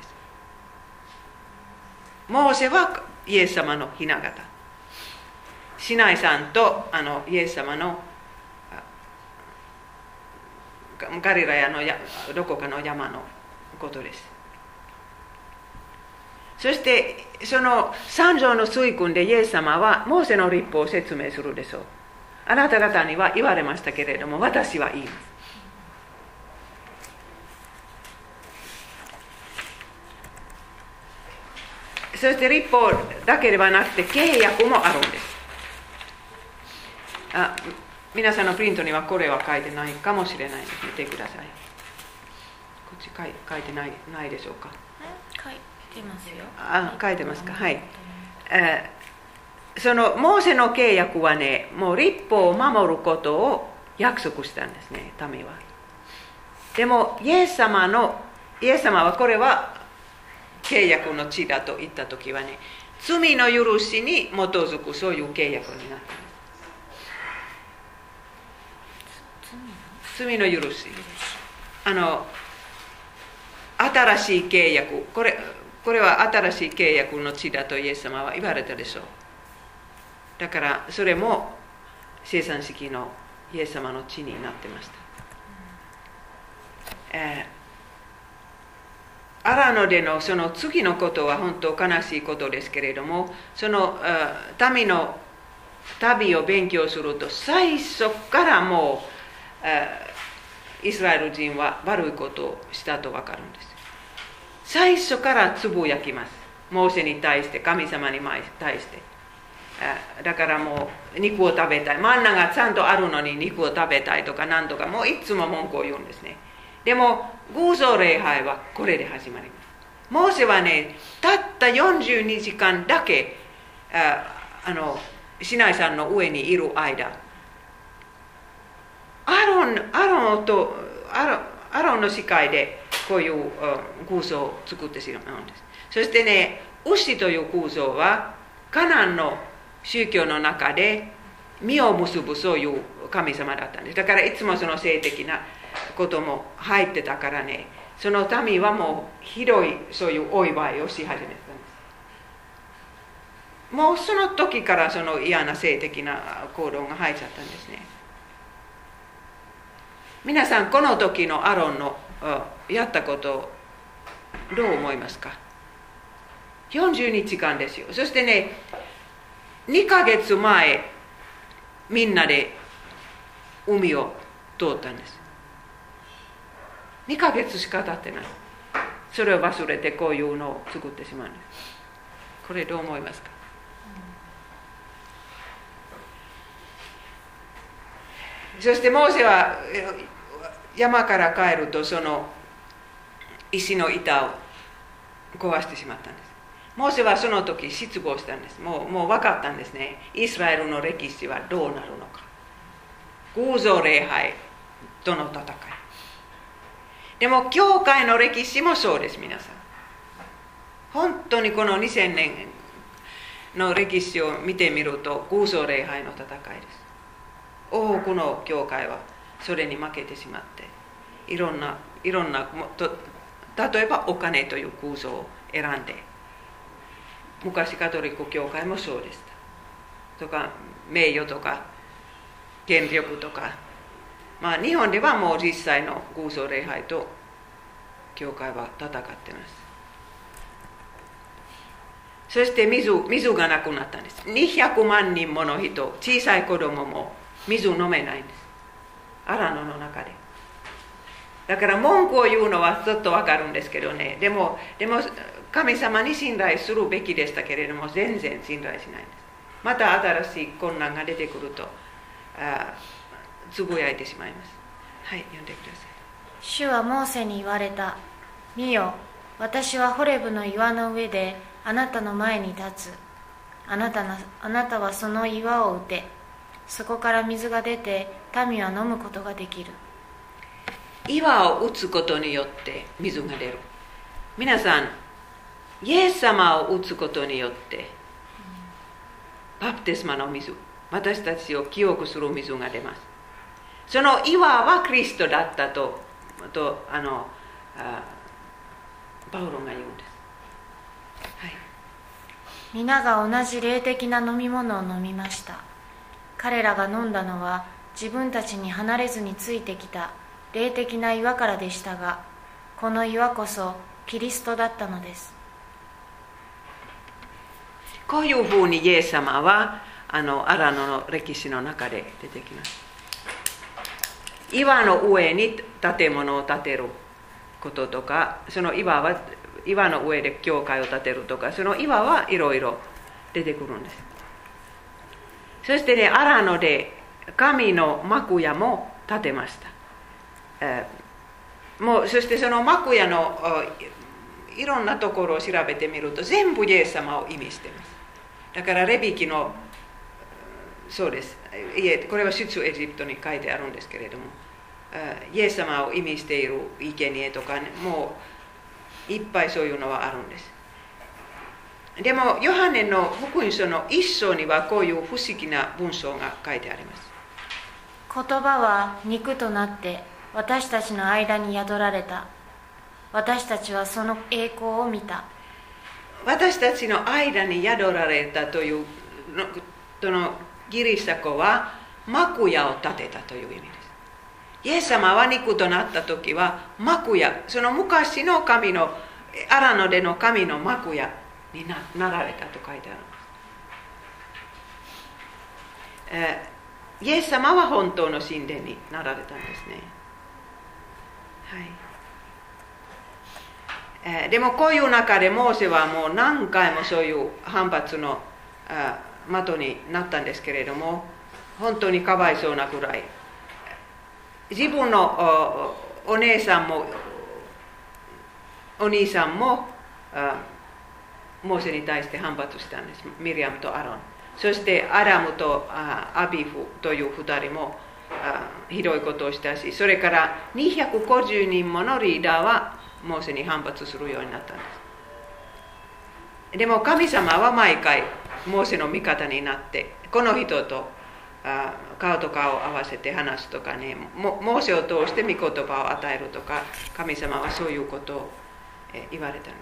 モーセはイエス様の雛形、シナイ山とイエス様のガリラヤのどこかの山のことです。そしてその三条の水訓でイエス様はモーセの律法を説明するでしょう。あなた方には言われましたけれども、私は言います。そして律法だけではなくて契約もあるんです。皆さんのプリントにはこれは書いてないかもしれないです。見てください。こっち書いてないでしょうか。 書いてますよ。 書いてますか。はい。そのモーセの契約はね、もう律法を守ることを約束したんですね、民は。でもイエス様はこれは契約の地だと言ったときはね、罪の許しに基づくそういう契約になったんです。罪の許し。新しい契約。これは新しい契約の地だとイエス様は言われたでしょう。だからそれも生産式のイエス様の地になってました。荒野でのその次のことは本当悲しいことですけれども、その民の旅を勉強すると最初からもうイスラエル人は悪いことをしたと分かるんです。最初からつぶやきます。モーセに対して、神様に対して。だからもう肉を食べたい、マンナがちゃんとあるのに肉を食べたいとか何とか、もういつも文句を言うんですね。でも偶像礼拝はこれで始まります。モーセはね、たった42時間だけシナイ山の上にいる間、アロンの司会でこういう偶像を作ってしまうんです。そしてね、牛という偶像はカナンの宗教の中で実を結ぶそういう神様だったんです。だからいつもその性的なことも入ってたからね、その民はもうひどいそういうお祝いをし始めたんです。もうその時からその嫌な性的な行動が入っちゃったんですね。皆さん、この時のアロンのやったことをどう思いますか？40日間ですよ。そしてね、2ヶ月前みんなで海を通ったんです。2ヶ月しか経ってない。それを忘れてこういうのを作ってしまうんです。これどう思いますか？そしてモーセは山から帰るとその石の板を壊してしまったんです。モーセはその時失望したんです。もう分かったんですね。イスラエルの歴史はどうなるのか。 偶像礼拝との戦い。でも教会の歴史もそうです。皆さん本当にこの2000年の歴史を見てみると偶像礼拝の戦いです。多くの教会はそれに負けてしまっていろんな例えばお金という偶像を選んで、昔カトリック教会もそうでしたとか、名誉とか権力とか、日本ではもう実際の偶像礼拝と教会は戦ってます。そして水がなくなったんです。200万人もの人、小さい子供も水飲めないんです。荒野の中で。だから文句を言うのはちょっとわかるんですけどね。でも神様に信頼するべきでしたけれども、全然信頼しないんです。また新しい困難が出てくるとつぶやいてしまいます。はい、読んでください。 主はモーセに言われた。見よ、私はホレブの岩の上であなたの前に立つ。あなたはその岩を打て。そこから水が出て民は飲むことができる。 岩を打つことによって水が出る。皆さん、イエス様を打つことによってバプテスマの水、私たちを清くする水が出ます。その岩はクリストだったとパウロが言うんです。はい、 皆が同じ霊的な飲み物を飲みました。彼らが飲んだのは自分たちに離れずについてきた霊的な岩からでしたが、この岩こそキリストだったのです。 こういうふうにイエス様は荒野の歴史の中で出てきます。岩の上に建物を建てることとか、その岩の上で教会を建てるとか、その岩はいろいろ出てくるんです。そしてね、荒野で神の幕屋も建てました。そしてその幕屋のいろんなところを調べてみると全部イエス様を意味しています。だからレビ記のそうです。これは出エジプトに書いてあるんですけれども、イエス様を意味している生贄とかね、もういっぱいそういうのはあるんです。でもヨハネの福音書の一章にはこういう不思議な文章が書いてあります。 言葉は肉となって私たちの間に宿られた。私たちはその栄光を見た。 私たちの間に宿られたというのギリシャ語は幕屋を建てたという意味です。イエス様は肉となった時は幕屋、その昔の神の荒野での神の幕屋に なられたと書いてある。イエス様は本当の神殿になられたんですね。はい。でもこういう中でモーセはもう何回もそういう反発の的になったんですけれども、本当にかわいそうなくらい自分の お姉さんもお兄さんもモーセに対して反発したんです。ミリアムとアロン、そしてアラムとアビフという2人もひどいことをしたし、それから250人ものリーダーはモーセに反発するようになったんです。でも神様は毎回モーセの味方になって、この人と顔と顔を合わせて話すとかね、モーセを通して御言葉を与えるとか、神様はそういうことを言われたん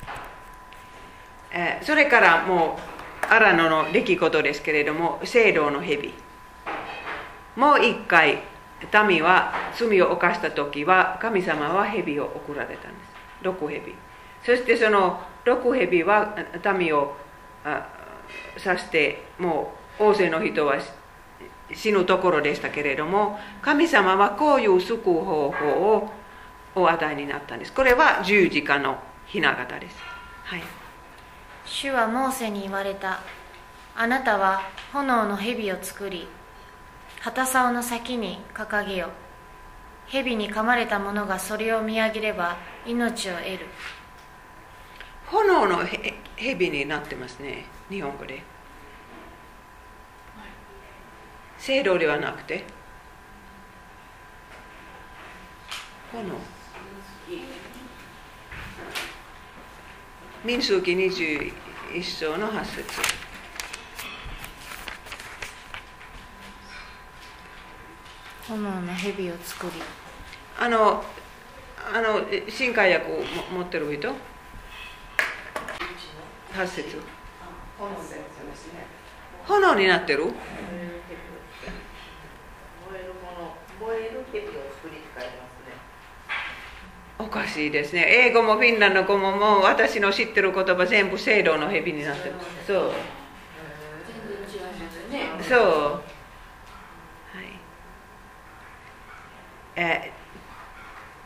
です。それからもう荒野の出来事ですけれども、聖堂の蛇、もう一回民は罪を犯した時は神様は蛇を送られたんです。毒蛇。そしてその毒蛇は民を刺して、もう大勢の人は死ぬところでしたけれども、神様はこういう救う方法をお与えになったんです。これは十字架の雛形です。はい。 主はモーセに言われた。あなたは炎の蛇を作り、旗竿の先に掲げよ。蛇に噛まれた者がそれを見上げれば命を得る。 炎の蛇になってますね、日本語で。聖堂ではなくて炎。民数記21章の8節。 炎の蛇を作り。 新海訳を持ってる人8節。炎になってる。おかしいですね。英語もフィンランド語ももう私の知ってる言葉全部聖堂の蛇になってる。そう。そう。はい。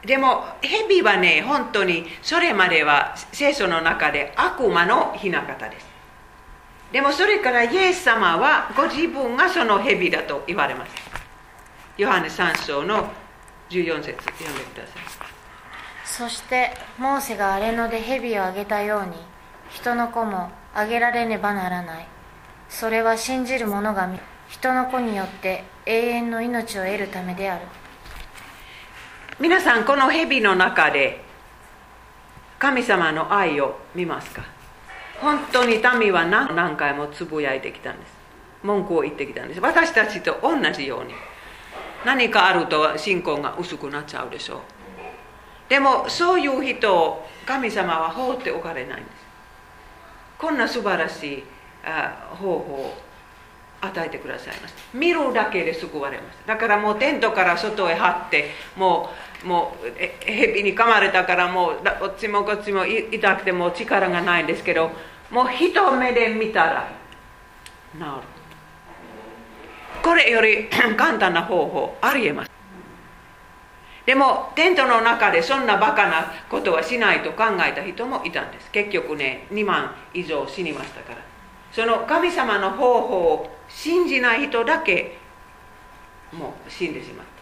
でも蛇はね、本当にそれまでは聖書の中で悪魔の雛形です。でもそれからイエス様はご自分がその蛇だと言われます。ヨハネ3章の14節読んでください。 そしてモーセが荒野で蛇をあげたように人の子もあげられねばならない。それは信じる者が人の子によって永遠の命を得るためである。 皆さんこの蛇の中で神様の愛を見ますか？本当に民は何回もつぶやいてきたんです。文句を言ってきたんです。私たちと同じように何かあると信仰が薄くなっちゃうでしょう。でもそういう人を神様は放っておかれないんです。こんな素晴らしい方法を与えてくださいます。見るだけで救われます。だからもうテントから外へ張ってもう蛇に噛まれたからもうこっちもこっちも痛くてもう力がないんですけど、もう一目で見たら治る。これより簡単な方法ありえます。でもテントの中でそんなバカなことはしないと考えた人もいたんです。結局ね、2万以上死にましたから。その神様の方法を信じない人だけもう死んでしまった。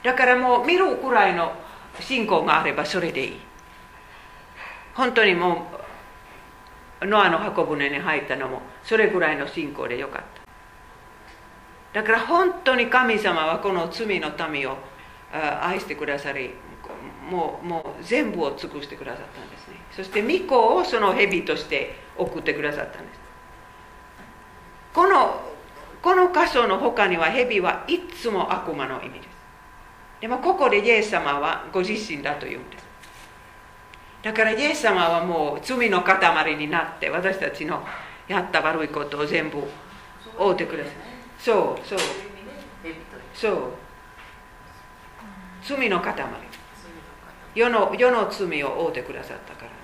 だからもう見るくらいの信仰があればそれでいい。本当にもうノアの箱舟に入ったのもそれぐらいの信仰でよかった。だから本当に神様はこの罪の民を愛してくださり、もう全部を尽くしてくださったんですね。そして御子をその蛇として送ってくださったんです。この箇所の他には蛇はいつも悪魔の意味です。でもここでイエス様はご自身だというんです。だからイエス様はもう罪の塊になって私たちのやった悪いことを全部負ってください。そう罪の塊、世の罪を負ってくださったから。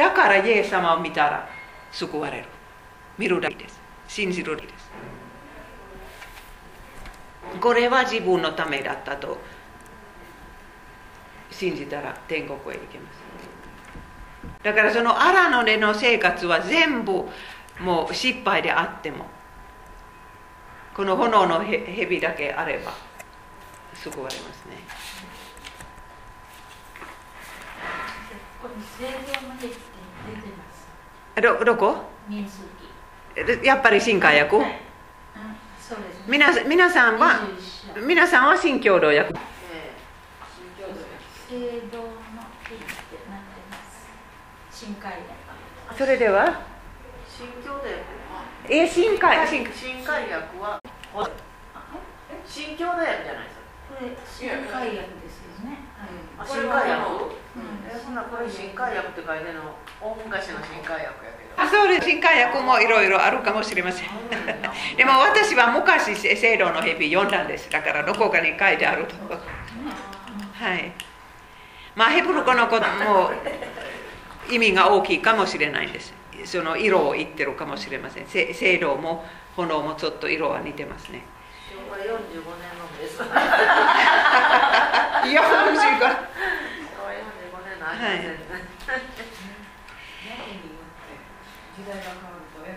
だからイエス様を見たら救われる。見るだけです。信じるだけです。これは自分のためだったと信じたら天国へ行けます。だからその荒野での生活は全部もう失敗であっても、この炎の蛇だけあれば救われますね。 ここに聖堂の蛇って出てます。 どこ？ 民数記。 やっぱり新海訳？ はい、そうですね。 皆さんは新共同訳。 聖堂の蛇ってなってます。新海訳。 それでは新共同訳。 新海訳は新共同訳じゃないですか。 これ新海訳ですよね。 はい、新海訳？そんなこれ新海訳って書いてるの大昔の新海訳やけど。 そうです。新海訳もいろいろあるかもしれません。でも私は昔聖堂の蛇読んだんです。だからどこかに書いてあると。はい。まあヘブル語のことも意味が大きいかもしれないんです。その色を言ってるかもしれません。聖堂も炎もちょっと色は似てますね。 昭和45年のです。 45年。 はい。 時代が変わると訳が変わる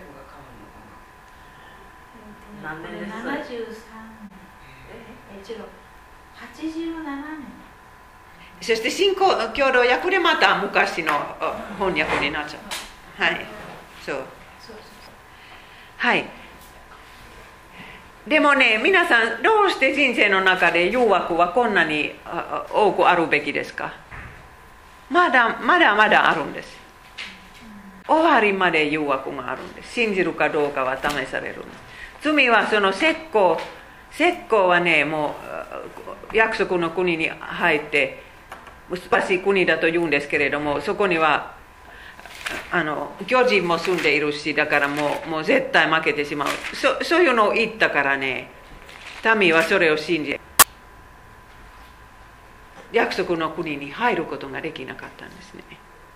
のかな。 何年ですか。 73年。違う。87年。 そして新共同訳でまた昔の翻訳になっちゃう。はい。そう。はい。 でもね、皆さんどうして人生の中で誘惑はこんなに多くあるべきですか？まだあるんです。終わりまで誘惑があるんです。信じるかどうかは試されるんです。罪はその石膏はね、もう約束の国に入って難しい国だと言うんですけれども、そこには巨人も住んでいるし、だからもう絶対負けてしまう。そういうのを言ったからね、民はそれを信じ約束の国に入ることができなかったんですね。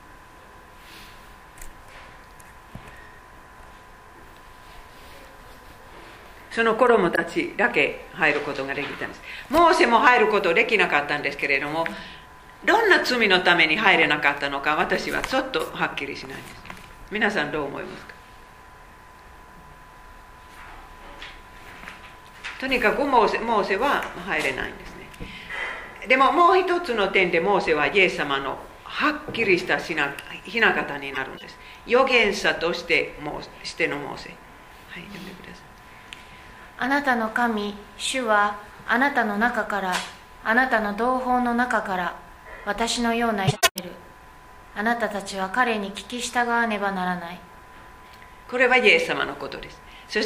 その子供たちだけ入ることができたんです。モーセも入ることできなかったんですけれども、どんな罪のために入れなかったのか、私はちょっとはっきりしないです。皆さんどう思いますか？とにかくモーセは入れないんですね。でももう一つの点でモーセはイエス様のはっきりした雛形になるんです。預言者としてのモーセ。はい、読んでください。 あなたの神、主はあなたの中から、あなたの同胞の中から私のような人がいる。あなたたちは彼に聞き従わねばならない。 これはイエス様のことです。そして、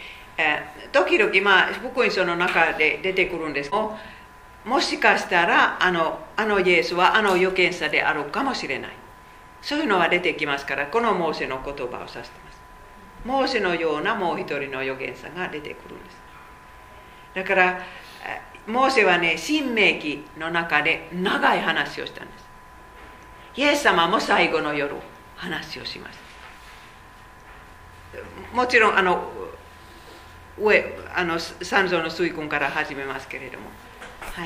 時々、福音書の中で出てくるんですけど、もしかしたらあのイエスは預言者であるかもしれない。そういうのは出てきますから、このモーセの言葉を指しています。モーセのようなもう一人の預言者が出てくるんです。だからモーセはね、新明記の中で長い話をしたんです。イエス様も最後の夜話をします。もちろん三蔵の水訓から始めますけれども、はい。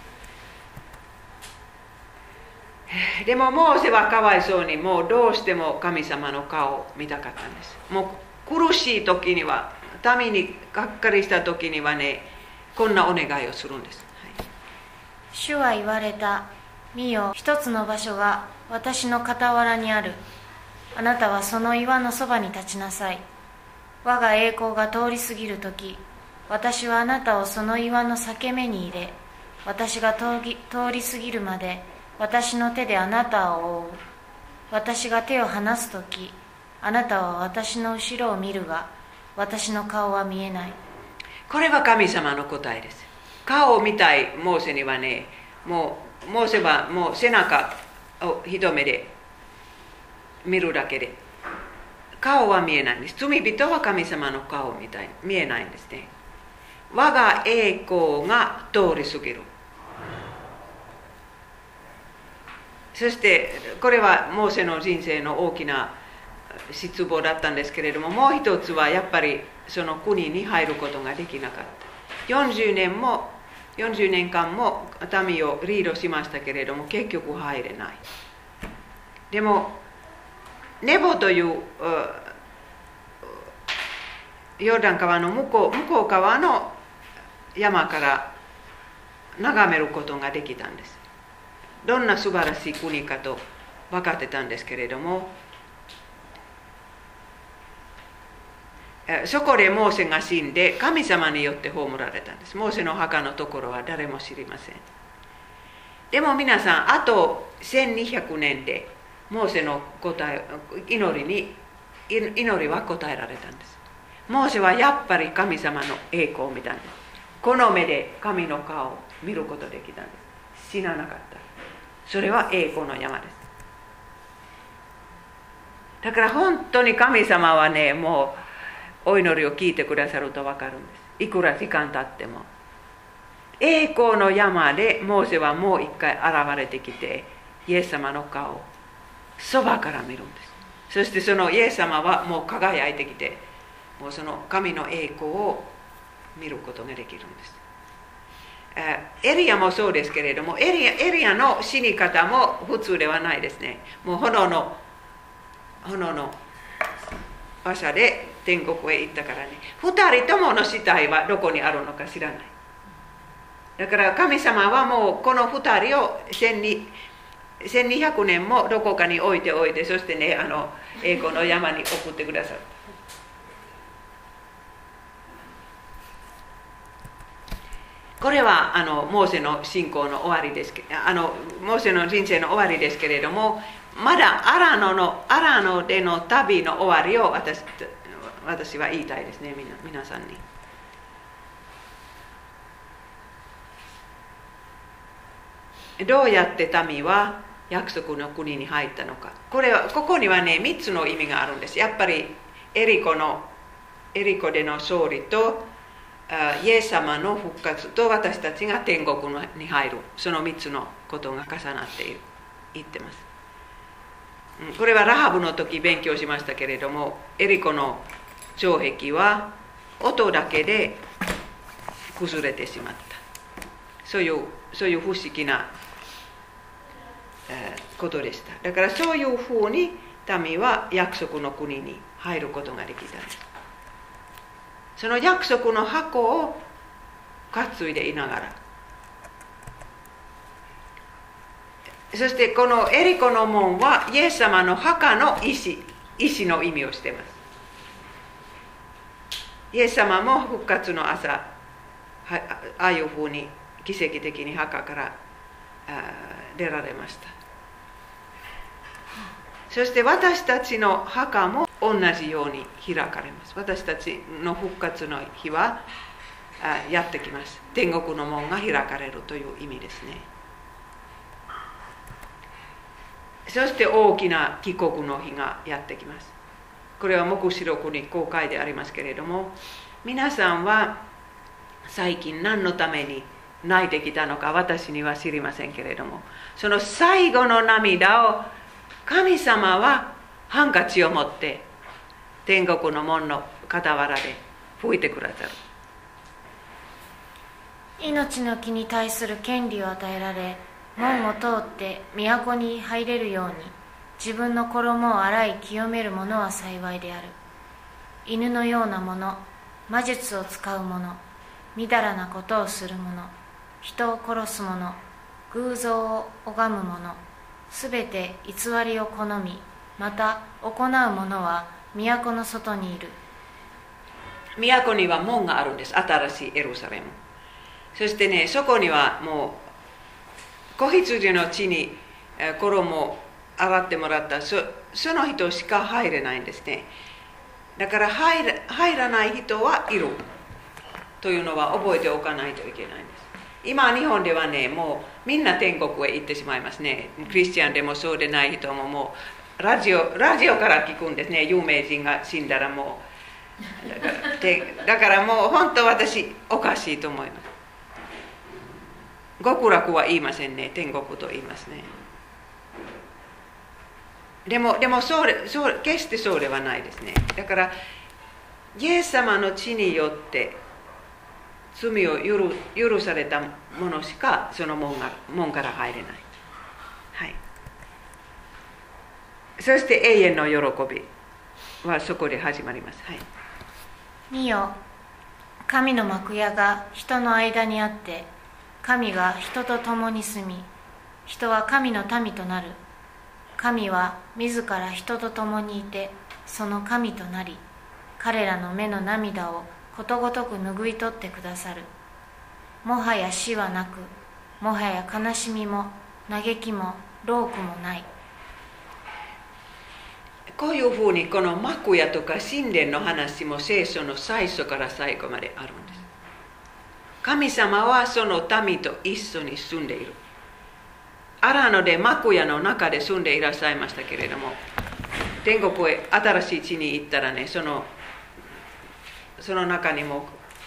でもモーセはかわいそうに、もうどうしても神様の顔を見たかったんです。もう苦しい時には、民にがっかりした時にはね、こんなお願いをするんです。はい、 主は言われた。見よ、一つの場所が私の傍らにある。あなたはその岩のそばに立ちなさい。我が栄光が通り過ぎるとき、私はあなたをその岩の裂け目に入れ、私が通り過ぎるまで私の手であなたを覆う。私が手を離すとき、あなたは私の後ろを見るが、私の顔は見えない。 これは神様の答えです。顔を見たいモーセにはね、もうモーセはもう背中を一目で見るだけで、顔は見えないんです。罪人は神様の顔を見えないんですね。我が栄光が通り過ぎる。そしてこれはモーセの人生の大きな失望だったんですけれども、もう一つはやっぱりその国に入ることができなかった。40年間も民をリードしましたけれども、結局入れない。でもネボというヨルダン川の向こう側の山から眺めることができたんです。どんな素晴らしい国かと分かってたんですけれども、そこでモーセが死んで神様によって葬られたんです。モーセの墓のところは誰も知りません。でも皆さん、あと1200年でモーセの祈りは答えられたんです。モーセはやっぱり神様の栄光を見たんです。この目で神の顔を見ることができたんです。死ななかった。それは栄光の山です。だから本当に神様はね、もうお祈りを聞いてくださると分かるんです。いくら時間経っても。栄光の山でモーセはもう一回現れてきて、イエス様の顔をそばから見るんです。そしてそのイエス様はもう輝いてきて、もうその神の栄光を見ることができるんです。エリアもそうですけれども、エリアの死に方も普通ではないですね。もう炎の馬車で天国へ行ったからね。2人ともの死体はどこにあるのか知らない。だから神様はもうこの2人を1200年もどこかに置いて、そしてね、栄光の山に送ってくださった。 これはモーセの信仰の終わりですモーセの人生の終わりですけれども、まだアラノでの旅の終わりを私は言いたいですね、皆さんに。どうやって民は約束の国に入ったのか。ここにはね、3つの意味があるんです。やっぱりエリコでの勝利と、イエス様の復活と私たちが天国に入る、その3つのことが重なっていってます。これはラハブの時勉強しましたけれども、エリコの城壁は音だけで崩れてしまった。そういう不思議なことでした。だからそういうふうに民は約束の国に入ることができたんです。その約束の箱を担いでいながら、そしてこのエリコの門はイエス様の墓の石の意味をしています。イエス様も復活の朝、ああいうふうに奇跡的に墓から出られました。そして私たちの墓も同じように開かれます。私たちの復活の日はやってきます。天国の門が開かれるという意味ですね。そして大きな帰国の日がやってきます。これは黙示録に公開でありますけれども、皆さんは最近何のために泣いてきたのか私には知りませんけれども、その最後の涙を神様はハンカチを持って天国の門の傍らで拭いてくださる。 命の木に対する権利を与えられ、門を通って都に入れるように自分の衣を洗い清める者は幸いである。犬のようなもの、魔術を使う者、みだらなことをする者、人を殺す者、偶像を拝む者、すべて偽りを好み、また行う者は都の外にいる。 都には門があるんです。新しいエルサレム。そしてね、そこにはもう子羊の血に衣を洗ってもらったその人しか入れないんですね。だから入らない人はいるというのは覚えておかないといけないんです。今日本ではね、もうみんな天国へ行ってしまいますね。クリスチャンでもそうでない人ももうラジオから聞くんですね。有名人が死んだらもうだからもう本当私おかしいと思います。極楽は言いませんね。天国と言いますね。でも決してそうではないですね。だからイエス様の血によって罪を許された者しかその門から入れない。はい。そして永遠の喜びはそこで始まります。はい。 見よ、神の幕屋が人の間にあって、神が人と共に住み、人は神の民となる。神は自ら人と共にいて、その神となり、彼らの目の涙をことごとく拭い取ってくださる。もはや死はなく、もはや悲しみも嘆きも労苦もない。 こういうふうにこの幕屋とか神殿の話も聖書の最初から最後まであるんです。神様はその民と一緒に住んでいる。アラノで幕屋の中で住んでいらっしゃいましたけれども、天国へ新しい地に行ったらね、その中にも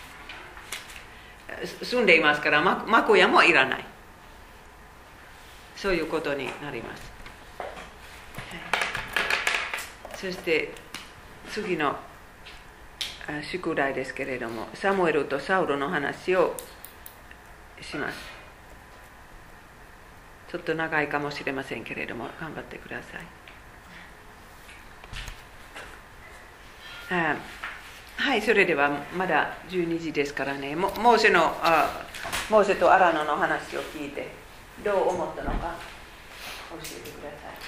住んでいますから、幕屋もいらない。そういうことになります。そして次の宿題ですけれども、サムエルとサウルの話をします。ちょっと長いかもしれませんけれども、頑張ってください。はい、それではまだ12時ですからね、モーセとアラノの話を聞いてどう思ったのか教えてください。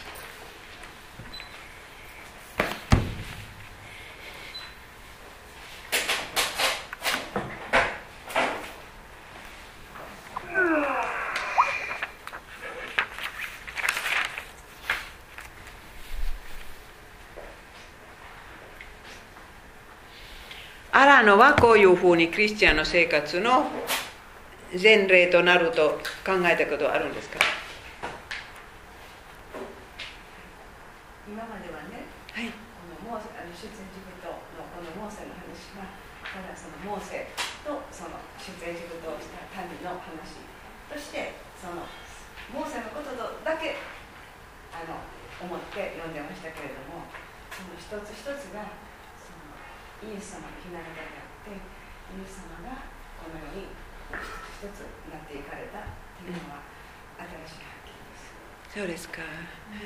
荒野はこういうふうにクリスチャンの生活の前例となると考えたことはあるんですか？ 今まではね、 はい、 この出エジプトのこのモーセの話は、ただそのモーセとその出エジプトをした民の話として、そのモーセのことだけ思って読んでましたけれども、その一つ一つがそのイエス様のひな形であって、イエス様がこのように一つ一つなっていかれたというのは新しい発見です。 そうですか。はい。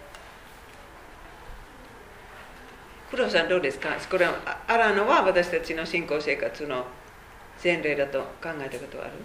黒さんどうですか？これは荒野は私たちの信仰生活の前例だと考えたことはある？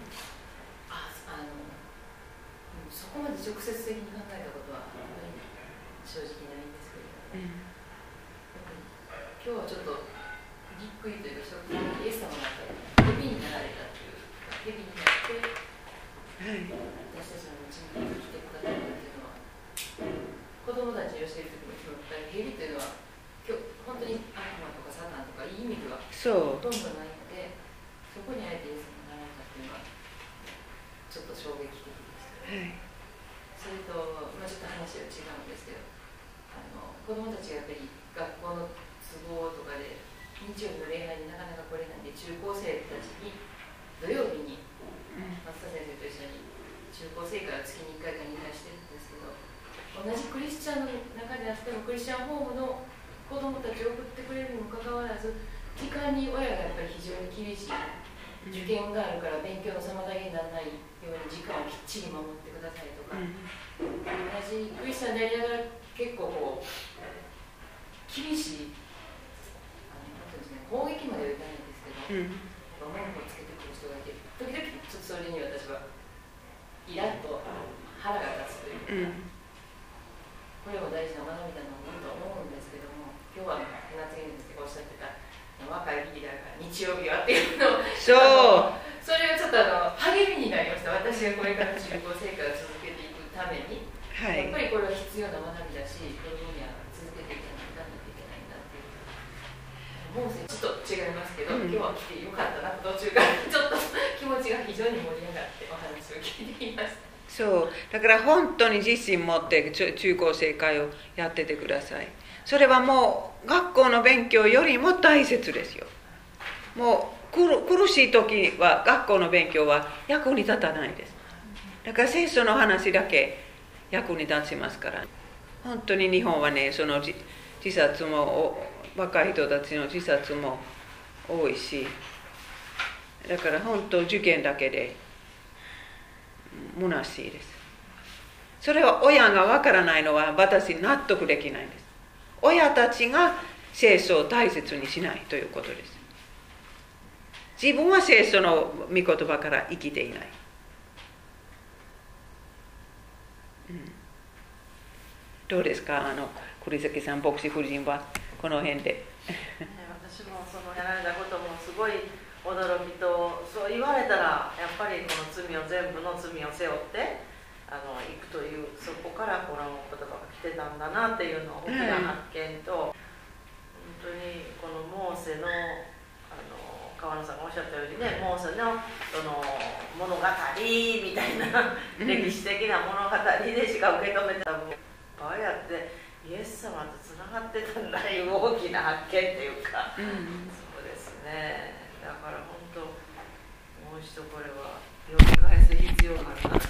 そこまで直接的に考えたことは正直ないんですけれども、今日はちょっとびっくりというか、イエス様が蛇になられたという、蛇になって私たちのうちに来てくださったというのは、子供たちに教えるときも言った蛇というのは今日本当に悪魔とかサタンとかいい意味ではほとんどないので、そこにあえてイエス様がなられたというのはちょっと衝撃的でした。それと、ちょっと話は違うんですけど、子供たちがやっぱり学校の都合とかで日曜日の礼拝になかなか来れないんで、中高生たちに土曜日に松田先生と一緒に中高生から月に1回か2回してるんですけど、同じクリスチャンの中であってもクリスチャンホームの子供たちを送ってくれるにもかかわらず、時間に親がやっぱり非常に厳しい、受験があるから勉強の妨げにならないように時間をきっちり守ってくださいとか、同じクリスチャンでありながら結構こう厳しいなんていうんですね、攻撃まではいかないんですけど、文句をつけてくる人がいて、時々ちょっとそれに私はイラッと腹が立つというか、これも大事な学びだなと思うんですけども、今日は船津源先生がおっしゃってた若いリーダーが日曜日はっていうのを、それがちょっと励みになりました。私がこれから中高生活を続けていくために、やっぱりこれは必要な学びだし、この分野は続けていかないといけないんだっていう。もうちょっと違いますけど、今日は来てよかったな、途中からちょっと気持ちが非常に盛り上がってお話を聞いていました。 そうだから本当に自信持って中高生会をやっててください。それはもう学校の勉強よりも大切ですよ。もう苦しい時は学校の勉強は役に立たないです。だから聖書の話だけ役に立ちますから。本当に日本はね、その自殺も若い人たちの自殺も多いし、だから本当受験だけで虚しいです。それは親がわからないのは私納得できないんです。親たちが聖書を大切にしないということです。自分は聖書の御言葉から生きていない。どうですか、栗崎さん、牧師夫人はこの辺で。 私もそのやられたこともすごい驚きと、そう言われたらやっぱりこの罪を全部の罪を背負っていくという、そこからこの言葉が来てたんだなっていうのを大きな発見と、本当にこのモーセの川野さんがおっしゃったようにね、モーセのその物語みたいな歴史的な物語でしか受け止めてた分、ああやってイエス様とつながってたんだいう大きな発見っていうか、そうですね。だから本当もう一度これは読み返す必要があるなと